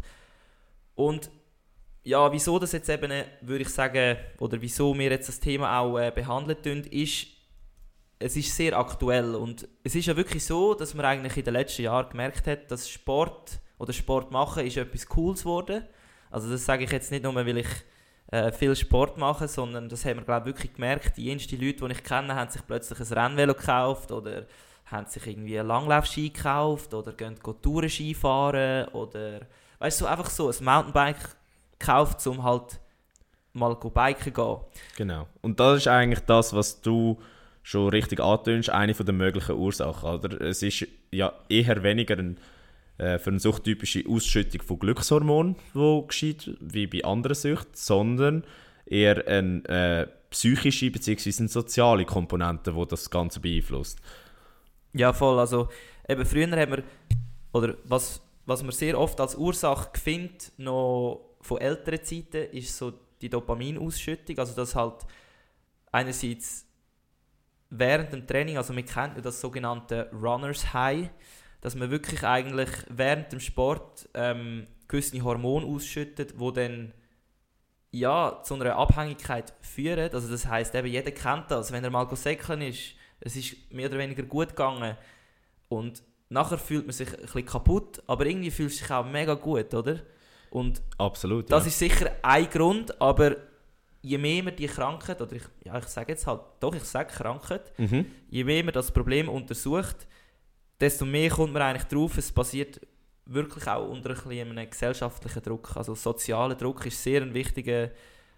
Und ja, wieso das jetzt eben, würde ich sagen, oder wieso wir jetzt das Thema auch behandelt tun, ist, es ist sehr aktuell. Und es ist ja wirklich so, dass man eigentlich in den letzten Jahren gemerkt hat, dass Sport oder Sport machen ist etwas Cooles geworden. Also das sage ich jetzt nicht nur, weil ich viel Sport mache, sondern das haben wir, glaube ich, wirklich gemerkt. Die ersten Leute, die ich kenne, haben sich plötzlich ein Rennvelo gekauft oder haben sich irgendwie einen Langlaufski gekauft oder gehen Tourenski fahren oder weißt du, einfach so ein Mountainbike gekauft, um halt mal biken zu gehen. Genau. Und das ist eigentlich das, was du schon richtig antönst, eine der möglichen Ursachen. Oder? Es ist ja eher weniger für eine suchttypische Ausschüttung von Glückshormonen, die geschieht, wie bei anderen Süchten, sondern eher eine psychische bzw. eine soziale Komponente, die das Ganze beeinflusst. Ja, voll. Also eben früher haben wir, oder was man sehr oft als Ursache findet, noch von älteren Zeiten, ist so die Dopaminausschüttung. Also dass halt einerseits während dem Training, also wir kennen ja das sogenannte Runners High, dass man wirklich eigentlich während dem Sport gewisse Hormone ausschüttet, die dann ja, zu einer Abhängigkeit führen. Also das heisst eben, jeder kennt das, wenn er mal säckeln ist, es ist mehr oder weniger gut gegangen und nachher fühlt man sich ein bisschen kaputt, aber irgendwie fühlt man sich auch mega gut, oder? Und absolut, das ist sicher ein Grund, aber je mehr man die Krankheit, oder ich sage jetzt halt, doch, ich sage Krankheit, je mehr man das Problem untersucht, desto mehr kommt man eigentlich drauf, es passiert wirklich auch unter einem gesellschaftlichen Druck. Also sozialer Druck ist sehr eine wichtige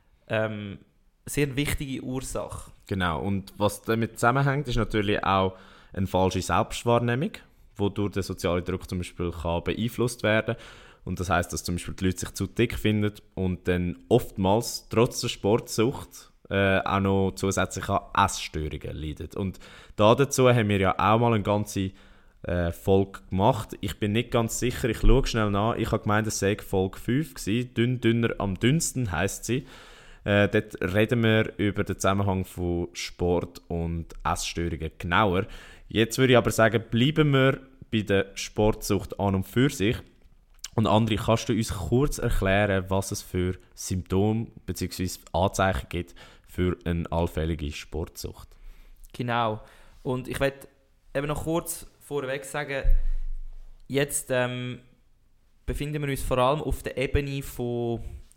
Ursache. Genau, und was damit zusammenhängt, ist natürlich auch eine falsche Selbstwahrnehmung, die durch den sozialen Druck zum Beispiel beeinflusst werden kann. Und das heisst, dass zum Beispiel die Leute sich zu dick finden und dann oftmals trotz der Sportsucht auch noch zusätzlich an Essstörungen leiden. Und dazu haben wir ja auch mal eine ganze Folge gemacht. Ich bin nicht ganz sicher, ich schaue schnell nach. Ich habe gemeint, es sei Folge 5 gewesen. Dünner am dünnsten heisst sie. Dort reden wir über den Zusammenhang von Sport und Essstörungen genauer. Jetzt würde ich aber sagen, bleiben wir bei der Sportsucht an und für sich. Und André, kannst du uns kurz erklären, was es für Symptome bzw. Anzeichen gibt für eine allfällige Sportsucht? Genau. Und ich werde eben noch kurz vorweg sagen, jetzt befinden wir uns vor allem auf der Ebene von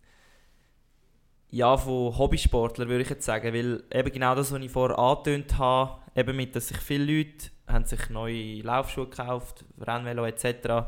Hobbysportlern, würde ich jetzt sagen, weil eben genau das, was ich vorher angetönt habe, eben mit, dass sich viele Leute haben sich neue Laufschuhe gekauft, Rennvelo etc.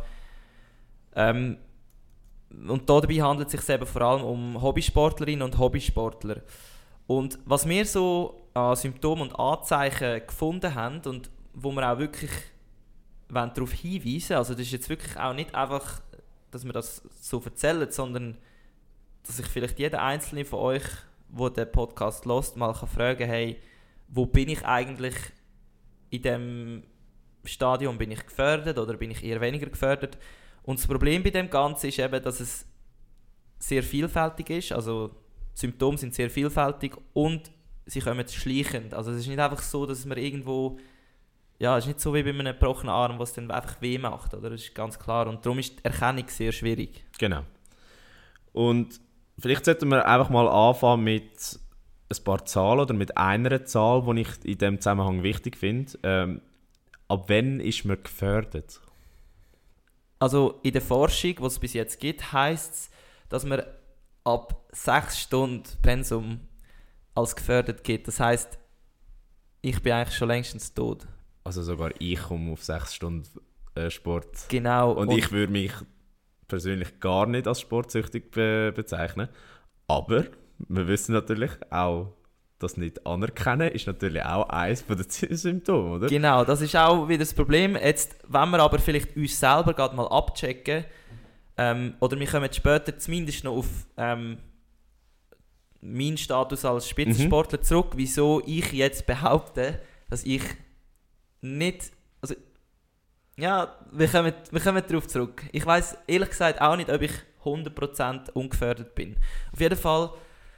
Und dabei handelt es sich eben vor allem um Hobbysportlerinnen und Hobbysportler. Und was wir so an Symptomen und Anzeichen gefunden haben und wo wir auch wirklich darauf hinweisen, also das ist jetzt wirklich auch nicht einfach, dass wir das so erzählen, sondern dass sich vielleicht jeder Einzelne von euch, der den Podcast hört, mal fragen kann, hey, wo bin ich eigentlich in diesem Stadium, bin ich gefördert oder bin ich eher weniger gefördert. Und das Problem bei dem Ganzen ist eben, dass es sehr vielfältig ist, also die Symptome sind sehr vielfältig und sie kommen schleichend. Also es ist nicht einfach so, dass man irgendwo, ja, es ist nicht so wie bei einem gebrochenen Arm, was dann einfach weh macht, oder? Das ist ganz klar und darum ist die Erkennung sehr schwierig. Genau. Und vielleicht sollten wir einfach mal anfangen mit ein paar Zahlen oder mit einer Zahl, die ich in diesem Zusammenhang wichtig finde. Ab wann ist man gefördert? Also in der Forschung, die es bis jetzt gibt, heisst es, dass man ab 6 Stunden Pensum als gefördert gibt. Das heisst, ich bin eigentlich schon längstens tot. Also sogar ich komme auf 6 Stunden Sport. Genau. Und ich würde mich persönlich gar nicht als sportsüchtig bezeichnen. Aber wir wissen natürlich auch, das nicht anerkennen ist natürlich auch eines der Symptome, oder? Genau, das ist auch wieder das Problem. Jetzt, wenn wir aber vielleicht uns selber gerade mal abchecken, oder wir kommen später zumindest noch auf meinen Status als Spitzensportler zurück, wieso ich jetzt behaupte, dass ich nicht... Also, ja, wir kommen darauf zurück. Ich weiss ehrlich gesagt auch nicht, ob ich 100% ungefördert bin. Auf jeden Fall,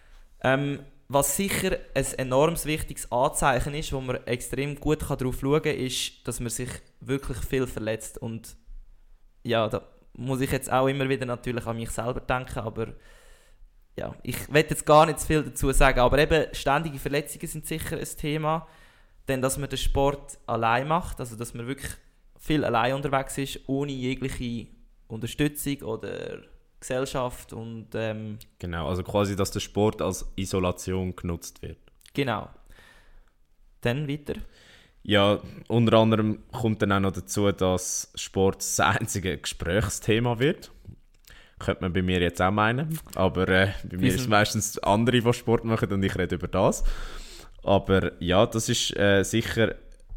was sicher ein enorm wichtiges Anzeichen ist, wo man extrem gut darauf schauen kann, ist, dass man sich wirklich viel verletzt. Und ja, da muss ich jetzt auch immer wieder natürlich an mich selber denken, aber ja, ich will jetzt gar nicht zu viel dazu sagen, aber eben ständige Verletzungen sind sicher ein Thema, denn dass man den Sport allein macht, also dass man wirklich viel allein unterwegs ist, ohne jegliche Unterstützung oder Gesellschaft und genau, also quasi, dass der Sport als Isolation genutzt wird. Genau. Dann weiter. Ja, unter anderem kommt dann auch noch dazu, dass Sport das einzige Gesprächsthema wird. Könnte man bei mir jetzt auch meinen, aber bei mir ist es meistens andere, die Sport machen und ich rede über das. Aber ja, das ist sicher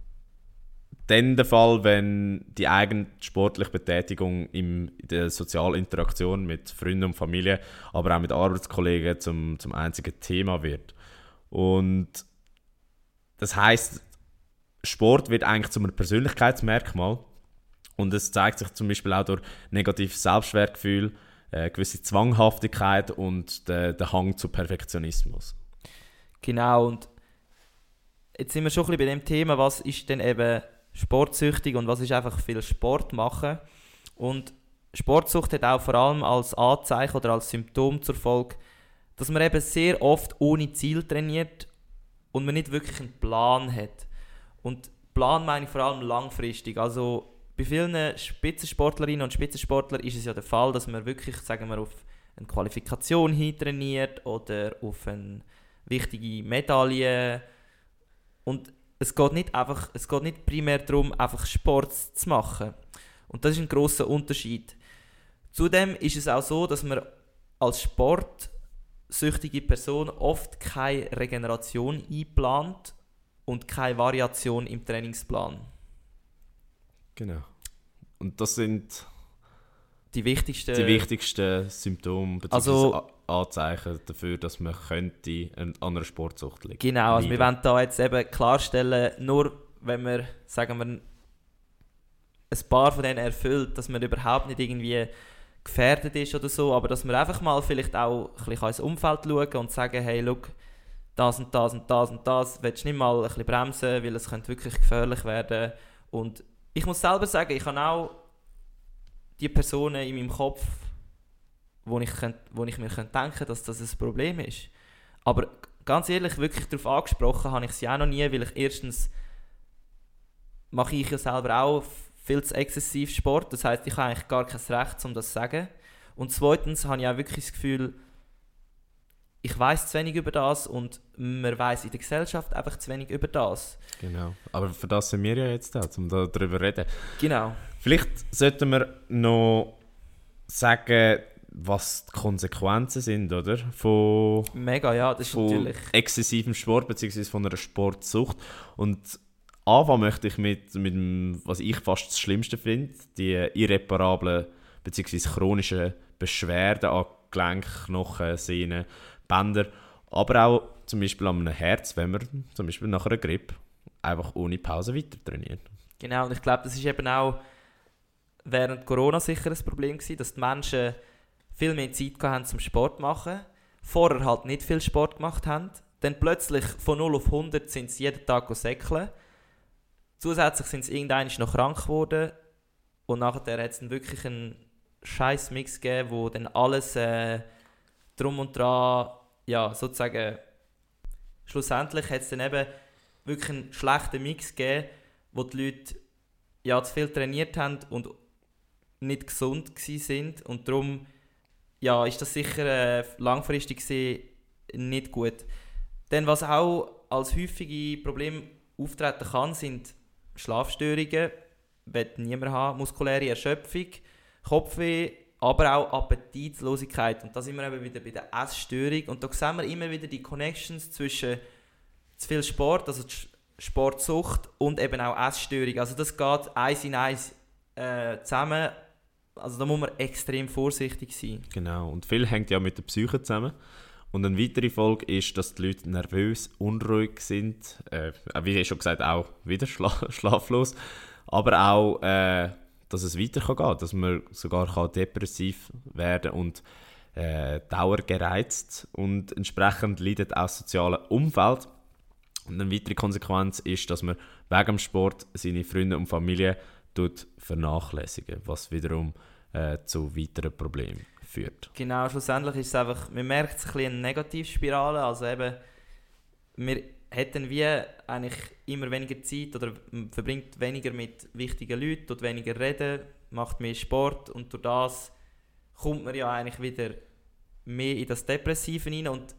dann der Fall, wenn die eigene sportliche Betätigung in der sozialen Interaktion mit Freunden und Familie, aber auch mit Arbeitskollegen zum einzigen Thema wird. Und das heisst, Sport wird eigentlich zu einem Persönlichkeitsmerkmal und es zeigt sich zum Beispiel auch durch negatives Selbstwertgefühl, gewisse Zwanghaftigkeit und der Hang zu Perfektionismus. Genau, und jetzt sind wir schon ein bisschen bei dem Thema, was ist denn eben sportsüchtig und was ist einfach viel Sport machen. Und Sportsucht hat auch vor allem als Anzeichen oder als Symptom zur Folge, dass man eben sehr oft ohne Ziel trainiert und man nicht wirklich einen Plan hat. Und Plan meine ich vor allem langfristig. Also bei vielen Spitzensportlerinnen und Spitzensportlern ist es ja der Fall, dass man wirklich, sagen wir, auf eine Qualifikation hin trainiert oder auf eine wichtige Medaille. Und es geht nicht primär darum, einfach Sport zu machen. Und das ist ein grosser Unterschied. Zudem ist es auch so, dass man als sportsüchtige Person oft keine Regeneration einplant und keine Variation im Trainingsplan. Genau. Und das sind die wichtigsten Symptome bzw. Anzeichen dafür, dass man könnte an einer Sportsucht liegen. Genau, also wir wollen da jetzt eben klarstellen, nur wenn man, sagen wir, ein paar von denen erfüllt, dass man überhaupt nicht irgendwie gefährdet ist oder so, aber dass man einfach mal vielleicht auch ein bisschen ins Umfeld schauen und sagen, hey, schau, das und das und das und das, willst du nicht mal ein bisschen bremsen, weil es könnte wirklich gefährlich werden. Und ich muss selber sagen, ich habe auch die Personen in meinem Kopf, wo ich mir denken könnte, dass das ein Problem ist. Aber ganz ehrlich, wirklich darauf angesprochen habe ich sie auch noch nie, weil ich erstens mache ich ja selber auch viel zu exzessiv Sport, das heisst, ich habe eigentlich gar kein Recht, um das zu sagen. Und zweitens habe ich auch wirklich das Gefühl, ich weiss zu wenig über das und man weiss in der Gesellschaft einfach zu wenig über das. Genau, aber für das sind wir ja jetzt da, um darüber zu reden. Genau. Vielleicht sollten wir noch sagen, was die Konsequenzen sind, oder? Von Mega, ja, das ist natürlich exzessivem Sport bzw. von einer Sportsucht. Und anfangen möchte ich mit dem, was ich fast das Schlimmste finde, die irreparablen bzw. chronischen Beschwerden an Gelenk, Knochen, Sehnen, Bänder, aber auch zum Beispiel an einem Herz, wenn man zum Beispiel nach einer Grippe einfach ohne Pause weiter trainiert. Genau, und ich glaube, das ist eben auch während Corona sicher ein Problem gewesen, dass die Menschen viel mehr Zeit hatten zum Sport machen, vorher halt nicht viel Sport gemacht haben, dann plötzlich von 0 auf 100 sind sie jeden Tag säckeln. Zusätzlich sind sie irgendwann noch krank geworden und nachher hat es dann wirklich einen scheiß Mix gegeben, wo dann alles drum und dran, ja, sozusagen, schlussendlich hat es dann eben wirklich einen schlechten Mix gegeben, wo die Leute ja, zu viel trainiert haben und nicht gesund waren und darum ja, ist das sicher langfristig gesehen nicht gut. Dann, was auch als häufige Probleme auftreten kann, sind Schlafstörungen, wird niemand haben, muskuläre Erschöpfung, Kopfweh, aber auch Appetitlosigkeit. Und da sind wir eben wieder bei der Essstörung. Und da sehen wir immer wieder die Connections zwischen zu viel Sport, also Sportsucht und eben auch Essstörung. Also das geht eins in eins zusammen. Also da muss man extrem vorsichtig sein. Genau, und viel hängt ja mit der Psyche zusammen. Und eine weitere Folge ist, dass die Leute nervös, unruhig sind, wie schon gesagt, auch wieder schlaflos, aber auch, dass es weiter gehen kann, dass man sogar depressiv werden kann und dauergereizt und entsprechend leidet auch das soziale Umfeld. Und eine weitere Konsequenz ist, dass man wegen dem Sport seine Freunde und Familie vernachlässigen, was wiederum zu weiteren Problemen führt. Genau, schlussendlich ist es einfach, man merkt ein bisschen eine Negativspirale, also eben, wir hätten wie eigentlich immer weniger Zeit oder verbringt weniger mit wichtigen Leuten, tut weniger reden, macht mehr Sport und durch das kommt man ja eigentlich wieder mehr in das Depressive rein und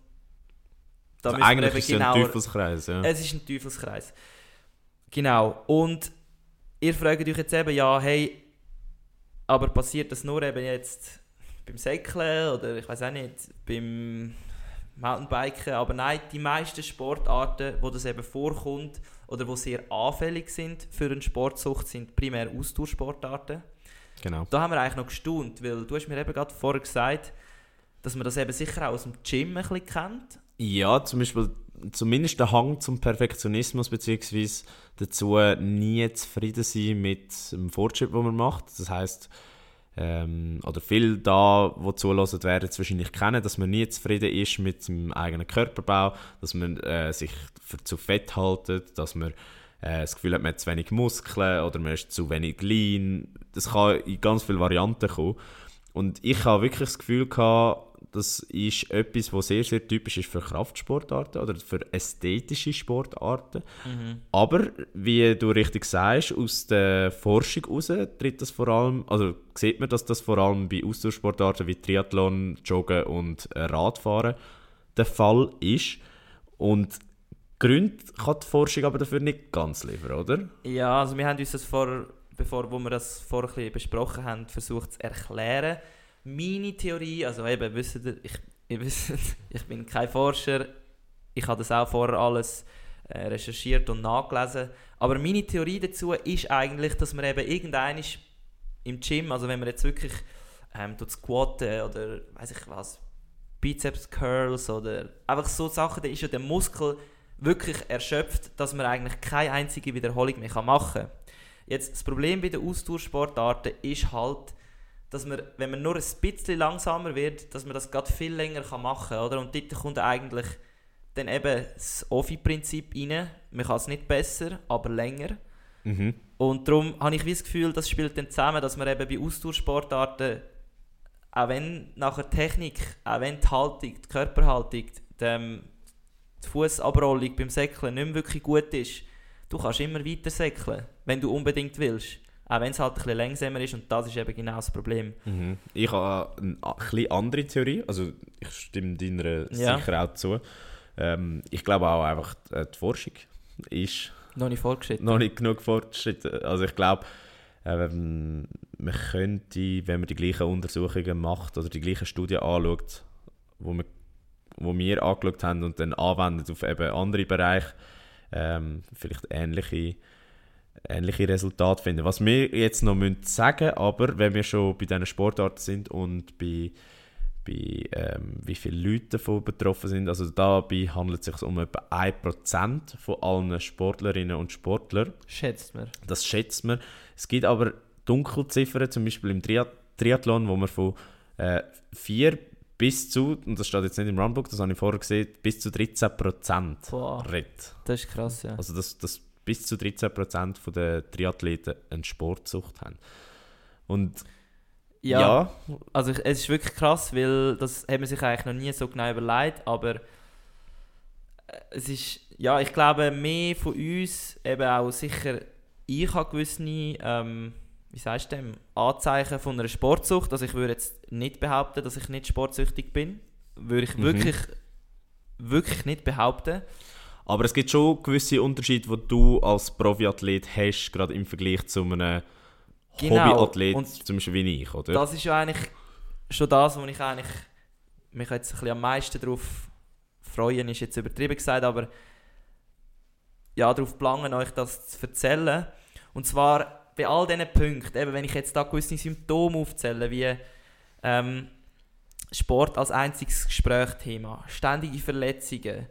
da also müssen eigentlich wir ist eben es ein Teufelskreis. Ja. Es ist ein Teufelskreis. Genau, und ihr fragt euch jetzt eben, ja, hey, aber passiert das nur eben jetzt beim Säckeln oder ich weiß auch nicht, beim Mountainbiken, aber nein, die meisten Sportarten, wo das eben vorkommt oder wo sehr anfällig sind für eine Sportsucht, sind primär Ausdauersportarten. Genau. Da haben wir eigentlich noch gestaunt, weil du hast mir eben gerade vorher gesagt, dass man das eben sicher auch aus dem Gym ein bisschen kennt. Ja, zum Beispiel zumindest der Hang zum Perfektionismus beziehungsweise dazu nie zufrieden sein mit dem Fortschritt, den man macht. Das heisst, oder viele da, die zulassen, werden es wahrscheinlich kennen, dass man nie zufrieden ist mit seinem eigenen Körperbau, dass man sich zu fett hält, dass man das Gefühl hat, man hat zu wenig Muskeln oder man ist zu wenig lean. Das kann in ganz vielen Varianten kommen. Und ich habe wirklich das Gefühl gehabt, das ist etwas, was sehr, sehr typisch ist für Kraftsportarten oder für ästhetische Sportarten. Mhm. Aber, wie du richtig sagst, aus der Forschung heraus tritt das vor allem, also sieht man, dass das vor allem bei Ausdauersportarten wie Triathlon, Joggen und Radfahren der Fall ist. Und Gründe kann die Forschung aber dafür nicht ganz liefern, oder? Ja, also wir haben uns das wo wir das vorher ein bisschen besprochen haben, versucht zu erklären. Meine Theorie, also eben, wisst ihr, ich bin kein Forscher, ich habe das auch vorher alles recherchiert und nachgelesen, aber meine Theorie dazu ist eigentlich, dass man eben irgendwann im Gym, also wenn man jetzt wirklich squatten oder weiss ich was, Bizeps Curls oder einfach so Sachen, dann ist ja der Muskel wirklich erschöpft, dass man eigentlich keine einzige Wiederholung mehr machen kann. Jetzt, das Problem bei den Ausdauersportarten ist halt, dass man, wenn man nur ein bisschen langsamer wird, dass man das gerade viel länger machen kann, oder? Und dort kommt eigentlich dann eben das OFI-Prinzip rein. Man kann es nicht besser, aber länger. Mhm. Und darum habe ich das Gefühl, das spielt dann zusammen, dass man eben bei Ausdauersportarten, auch wenn nachher Technik, auch wenn die Haltung, die Körperhaltung, die Fußabrollung beim Säckeln nicht mehr wirklich gut ist, du kannst immer weiter säckeln, wenn du unbedingt willst. Auch wenn es halt ein bisschen langsamer ist und das ist eben genau das Problem. Mhm. Ich habe eine etwas andere Theorie, also ich stimme deiner sicher auch zu. Ich glaube auch einfach, die Forschung ist noch nicht fortgeschritten. Noch nicht genug fortgeschritten. Also ich glaube, man könnte, wenn man die gleichen Untersuchungen macht oder die gleichen Studien anschaut, wo wir angeschaut haben und dann anwendet auf eben andere Bereiche, vielleicht ähnliche Resultate finden. Was wir jetzt noch sagen müssen, aber wenn wir schon bei diesen Sportarten sind und bei wie viele Leute davon betroffen sind. Also dabei handelt es sich um etwa 1% von allen Sportlerinnen und Sportlern. Schätzt man. Das schätzt man. Es gibt aber Dunkelziffern, zum Beispiel im Triathlon, wo man von 4 bis zu, und das steht jetzt nicht im Runbook, das habe ich vorher gesehen, bis zu 13% redet. Das ist krass, ja. Also dass bis zu 13% der Triathleten eine Sportsucht haben. Und ja. Also es ist wirklich krass, weil das hat man sich eigentlich noch nie so genau überlegt, aber es ist, ja, ich glaube, mehr von uns, eben auch sicher, ich habe gewisse, wie sagst du dem, Anzeichen von einer Sportsucht. Also ich würde jetzt nicht behaupten, dass ich nicht sportsüchtig bin. Würde ich wirklich nicht behaupten. Aber es gibt schon gewisse Unterschiede, die du als Profiathlet hast, gerade im Vergleich zu einem Hobbyathlet, und zum Beispiel wie ich, oder? Das ist ja eigentlich schon das, wo ich eigentlich mich jetzt ein bisschen am meisten darauf freuen, ist jetzt übertrieben gesagt, aber ja, darauf planen, euch das zu erzählen. Und zwar bei all diesen Punkten, eben wenn ich jetzt da gewisse Symptome aufzähle, wie Sport als einziges Gesprächsthema, ständige Verletzungen,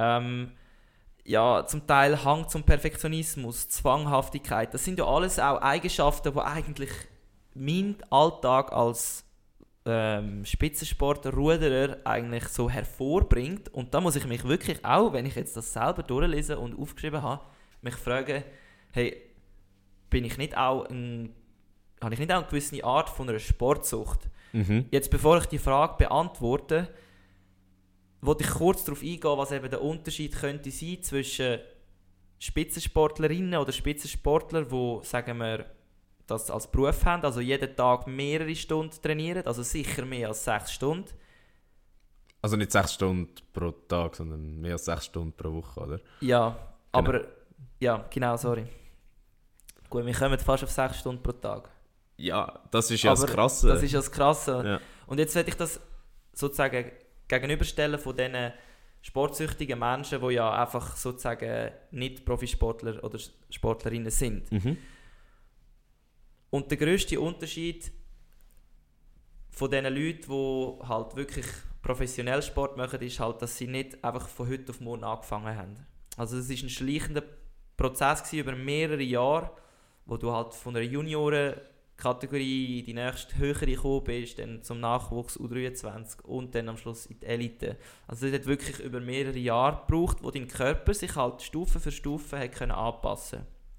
ja, zum Teil Hang zum Perfektionismus, Zwanghaftigkeit, das sind ja alles auch Eigenschaften, die eigentlich meinen Alltag als Spitzensportler, eigentlich so hervorbringt. Und da muss ich mich wirklich auch, wenn ich jetzt das selber durchlese und aufgeschrieben habe, mich fragen, hey, habe ich nicht auch eine gewisse Art von einer Sportsucht? Jetzt, bevor ich die Frage beantworte, wollte ich kurz darauf eingehen, was eben der Unterschied könnte sein zwischen Spitzensportlerinnen oder Spitzensportlern, die, sagen wir, das als Beruf haben, also jeden Tag mehrere Stunden trainieren, also sicher mehr als 6 Stunden. Also nicht 6 Stunden pro Tag, sondern mehr als 6 Stunden pro Woche, oder? Ja, genau. Aber... Ja, genau, sorry. Gut, wir kommen fast auf 6 Stunden pro Tag. Ja, das ist ja das Krasse. Das ist ja das Krasse. Ja. Und jetzt werde ich das sozusagen gegenüberstellen von diesen sportsüchtigen Menschen, die ja einfach sozusagen nicht Profisportler oder Sportlerinnen sind. Und der grösste Unterschied von diesen Leuten, die halt wirklich professionell Sport machen, ist halt, dass sie nicht einfach von heute auf morgen angefangen haben. Also es war ein schleichender Prozess über mehrere Jahre, wo du halt von einer Junioren-Kategorie in die nächste höhere gekommen bist, dann zum Nachwuchs U23 und dann am Schluss in die Elite. Also das hat wirklich über mehrere Jahre gebraucht, wo dein Körper sich halt Stufe für Stufe hat können anpassen.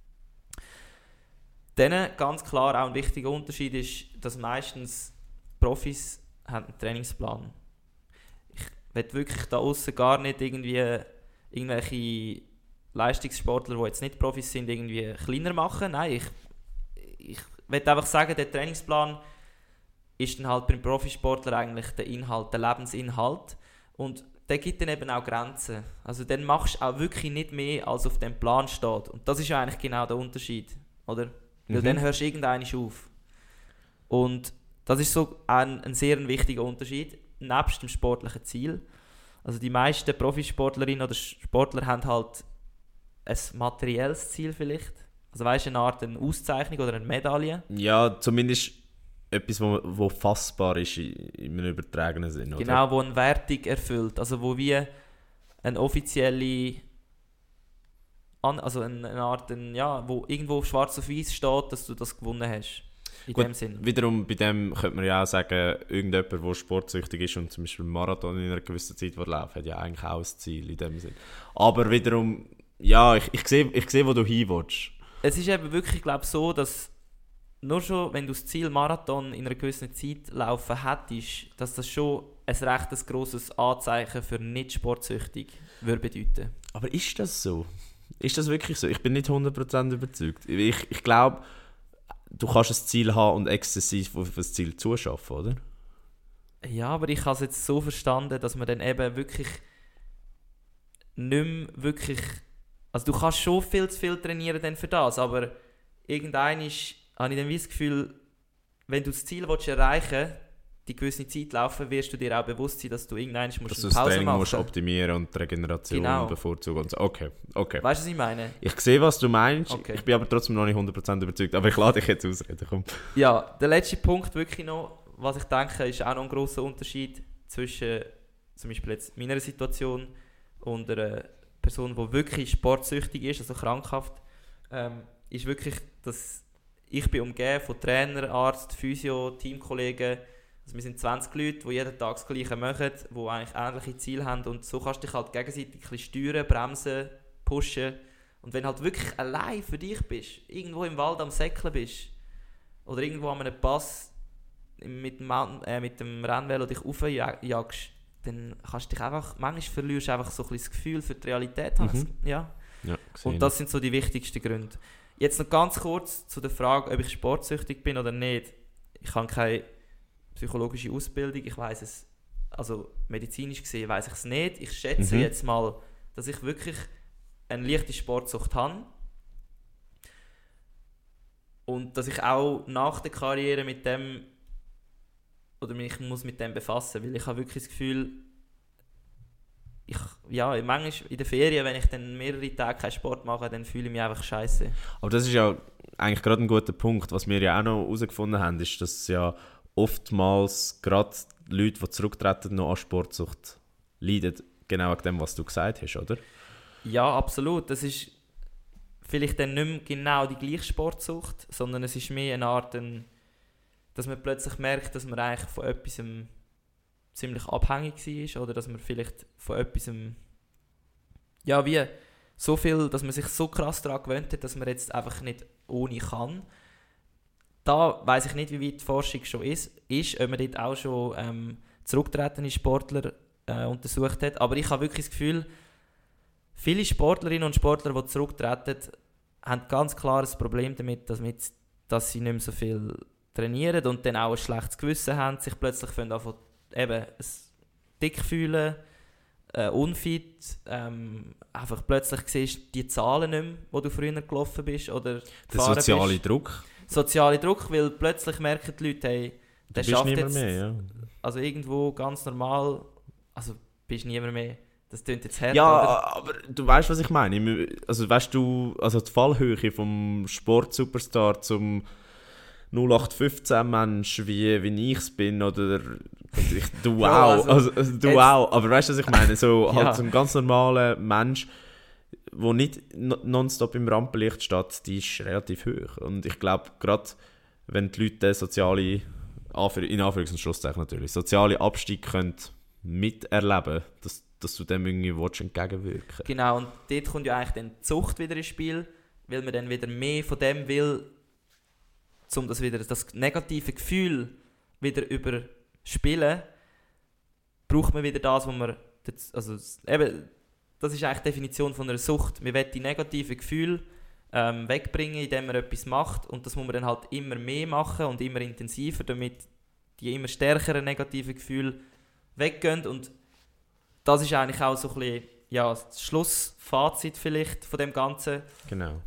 Dann ganz klar auch ein wichtiger Unterschied ist, dass meistens Profis haben einen Trainingsplan. Ich will wirklich da aussen gar nicht irgendwelche Leistungssportler, die jetzt nicht Profis sind, irgendwie kleiner machen. Nein, ich will einfach sagen, der Trainingsplan ist dann halt beim Profisportler eigentlich der Inhalt, der Lebensinhalt. Und der gibt dann eben auch Grenzen. Also dann machst du auch wirklich nicht mehr, als auf dem Plan steht. Und das ist ja eigentlich genau der Unterschied, oder? Weil dann hörst du irgendwann auf. Und das ist so ein sehr wichtiger Unterschied, nebst dem sportlichen Ziel. Also die meisten Profisportlerinnen oder Sportler haben halt ein materielles Ziel vielleicht. Also weißt du, eine Art eine Auszeichnung oder eine Medaille? Ja, zumindest etwas, wo fassbar ist in einem übertragenen Sinn, oder? Genau, wo eine Wertung erfüllt. Also wo wie eine offizielle, also eine Art, wo irgendwo schwarz auf weiß steht, dass du das gewonnen hast. In Gut, dem Sinn. Wiederum, bei dem könnte man ja auch sagen, irgendjemand, der sportsüchtig ist und zum Beispiel einen Marathon in einer gewissen Zeit läuft, hat ja eigentlich auch ein Ziel in dem Sinn. Aber wiederum, ja, ich sehe, wo du hin willst. Es ist eben wirklich, glaube ich, so, dass nur schon, wenn du das Ziel Marathon in einer gewissen Zeit laufen hättest, dass das schon ein recht grosses Anzeichen für nicht sportsüchtig würde bedeuten. Aber ist das so? Ist das wirklich so? Ich bin nicht 100% überzeugt. Ich glaube, du kannst ein Ziel haben und exzessiv auf das Ziel zuschaffen, oder? Ja, aber ich habe es jetzt so verstanden, dass man dann eben wirklich nicht mehr wirklich... Also du kannst schon viel zu viel trainieren dann für das, aber irgendwann habe ich dann das Gefühl, wenn du das Ziel erreichen willst, die gewisse Zeit laufen, wirst du dir auch bewusst sein, dass du irgendwann eine Pause machen musst. Dass du das Training musst optimieren und die Regeneration bevorzugen und so. Okay. Weißt du, was ich meine? Ich sehe, was du meinst, okay. Ich bin aber trotzdem noch nicht 100% überzeugt. Aber ich lade dich jetzt ausreden, komm. Ja, der letzte Punkt wirklich noch, was ich denke, ist auch noch ein grosser Unterschied zwischen zum Beispiel jetzt meiner Situation und einer Person, die wirklich sportsüchtig ist, also krankhaft, ist wirklich, dass ich bin umgeben von Trainer, Arzt, Physio, Teamkollegen. Also wir sind 20 Leute, die jeden Tag das Gleiche machen, die eigentlich ähnliche Ziele haben und so kannst du dich halt gegenseitig ein bisschen steuern, bremsen, pushen. Und wenn du halt wirklich allein für dich bist, irgendwo im Wald am Säckeln bist oder irgendwo an einem Pass mit dem Rennvelo dich raufjagst, dann kannst du dich einfach, manchmal verlierst du einfach so ein bisschen das Gefühl für die Realität. Ja. Und das sind so die wichtigsten Gründe. Jetzt noch ganz kurz zu der Frage, ob ich sportsüchtig bin oder nicht. Ich habe keine psychologische Ausbildung, ich weiss es, also medizinisch gesehen weiss ich es nicht. Ich schätze jetzt mal, dass ich wirklich eine leichte Sportsucht habe und dass ich auch nach der Karriere mit dem oder mich muss mit dem befassen, weil ich habe wirklich das Gefühl, manchmal in der Ferien, wenn ich dann mehrere Tage keinen Sport mache, dann fühle ich mich einfach scheiße. Aber das ist ja eigentlich gerade ein guter Punkt. Was wir ja auch noch herausgefunden haben, ist, dass ja oftmals gerade Leute, die zurücktreten, noch an Sportsucht leiden. Genau wegen dem, was du gesagt hast, oder? Ja, absolut. Das ist vielleicht dann nicht mehr genau die gleiche Sportsucht, sondern es ist mehr eine Art, dass man plötzlich merkt, dass man eigentlich von etwas ziemlich abhängig war oder dass man vielleicht von etwas wie so viel, dass man sich so krass daran gewöhnt hat, dass man jetzt einfach nicht ohne kann. Da weiss ich nicht, wie weit die Forschung schon ist ob man dort auch schon zurücktretende Sportler untersucht hat. Aber ich habe wirklich das Gefühl, viele Sportlerinnen und Sportler, die zurücktreten, haben ganz klar ein Problem damit, dass sie nicht mehr so viel trainieren und dann auch ein schlechtes Gewissen haben, sich plötzlich dick fühlen, unfit, einfach plötzlich siehst du die Zahlen nicht mehr, wo du früher gelaufen bist oder gefahren bist. Der soziale Druck. Soziale Druck, weil plötzlich merken die Leute, hey, der schafft jetzt, mehr, ja. Also irgendwo ganz normal, also bist niemand mehr. Das klingt jetzt hart, ja, oder? Aber du weißt, was ich meine. Also weißt du, also die Fallhöhe vom Sportsuperstar zum 0815-Mensch, wie ich es bin, oder du auch. Also du auch. Aber weißt du, was ich meine? So halt so ein ganz normaler Mensch, der nicht nonstop im Rampenlicht steht, die ist relativ hoch. Und ich glaube, gerade wenn die Leute den sozialen, in Anführungs- und Schlusszeichen natürlich, soziale Abstieg können miterleben, dass du dem irgendwie entgegenwirken willst. Genau, und dort kommt ja eigentlich dann die Zucht wieder ins Spiel, weil man dann wieder mehr von dem will, um das negative Gefühl wieder überspielen, braucht man wieder das, was man... Also eben, das ist eigentlich die Definition von einer Sucht. Man will die negativen Gefühle wegbringen, indem man etwas macht, und das muss man dann halt immer mehr machen und immer intensiver, damit die immer stärkeren negativen Gefühle weggehen. Und das ist eigentlich auch so ein bisschen, das Schlussfazit vielleicht von dem Ganzen. Genau.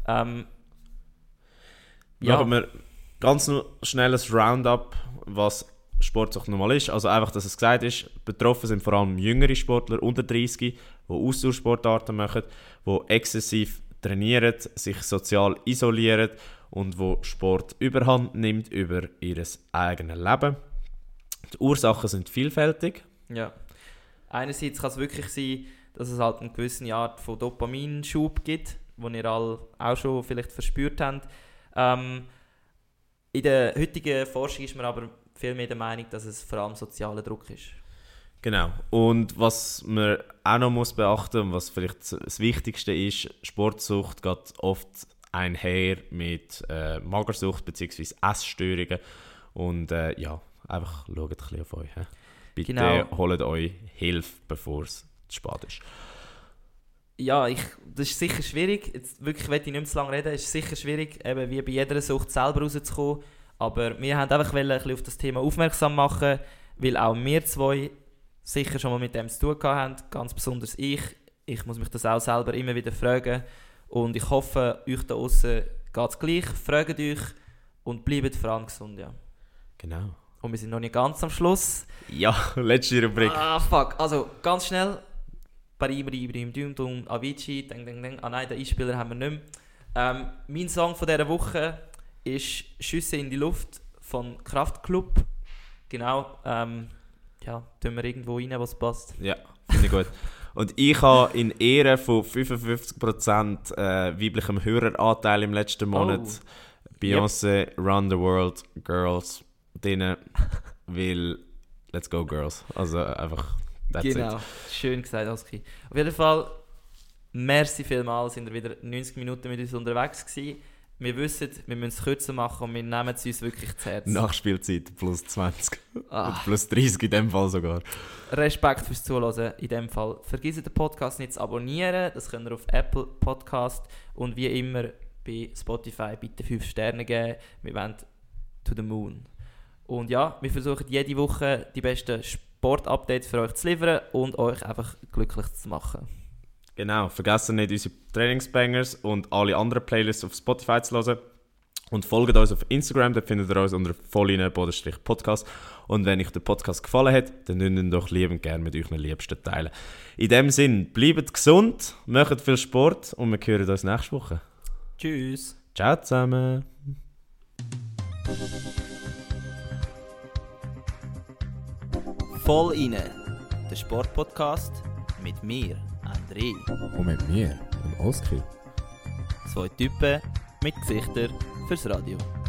Machen wir ganz schnelles Roundup, was Sportsucht normal ist. Also einfach, dass es gesagt ist, betroffen sind vor allem jüngere Sportler unter 30, die Ausdauersportarten machen, die exzessiv trainieren, sich sozial isolieren und wo Sport Überhand nimmt über ihr eigenes Leben. Die Ursachen sind vielfältig. Ja. Einerseits kann es wirklich sein, dass es halt eine gewisse Art von Dopaminschub gibt, den ihr alle auch schon vielleicht verspürt habt. In der heutigen Forschung ist man aber viel mehr der Meinung, dass es vor allem sozialer Druck ist. Genau. Und was man auch noch muss beachten und was vielleicht das Wichtigste ist, Sportsucht geht oft einher mit Magersucht bzw. Essstörungen. Und einfach schaut ein bisschen auf euch. He? Bitte holt euch Hilfe, bevor es zu spät ist. Ja, das ist sicher schwierig. Jetzt wirklich, will ich nicht mehr zu lange reden. Es ist sicher schwierig, eben wie bei jeder Sucht selber rauszukommen. Aber wir wollten einfach ein bisschen auf das Thema aufmerksam machen, weil auch wir zwei sicher schon mal mit dem zu tun haben. Ganz besonders ich. Ich muss mich das auch selber immer wieder fragen. Und ich hoffe, euch da draussen geht es gleich. Fragt euch und bleibt vor allem gesund. Ja. Genau. Und wir sind noch nicht ganz am Schluss. Ja, letzte Rubrik. Fuck. Also, ganz schnell. Avicii, deng, deng, deng. Ah nein, den Einspieler haben wir nicht mehr. Mein Song von dieser Woche ist «Schüsse in die Luft» von Kraftklub. Genau, ja, tun wir irgendwo rein, was passt. Ja, finde ich gut. Und ich habe in Ehre von 55% weiblichem Höreranteil im letzten Monat Beyoncé, Run the World, Girls drin, weil let's go Girls. Also einfach, that's genau, it. Schön gesagt, Oski. Auf jeden Fall, merci vielmals, sind wir wieder 90 Minuten mit uns unterwegs gewesen. Wir wissen, wir müssen es kürzer machen und wir nehmen es uns wirklich zu Herzen. Nachspielzeit plus 20. Und plus 30 in dem Fall sogar. Respekt fürs Zuhören in dem Fall. Vergesst den Podcast nicht zu abonnieren. Das könnt ihr auf Apple Podcast und wie immer bei Spotify bitte 5 Sterne geben. Wir wollen to the moon. Und ja, wir versuchen jede Woche die besten Sport-Updates für euch zu liefern und euch einfach glücklich zu machen. Genau, vergessen nicht unsere Trainingsbangers und alle anderen Playlists auf Spotify zu hören. Und folgt uns auf Instagram, da findet ihr uns unter volline_podcast. Und wenn euch der Podcast gefallen hat, dann nehmt ihn doch liebend gerne mit euren Liebsten teilen. In dem Sinn, bleibt gesund, macht viel Sport und wir hören uns nächste Woche. Tschüss. Ciao zusammen. Voll inne, der Sportpodcast mit mir, André. Und mit mir, dem Oski. 2 Typen mit Gesichtern fürs Radio.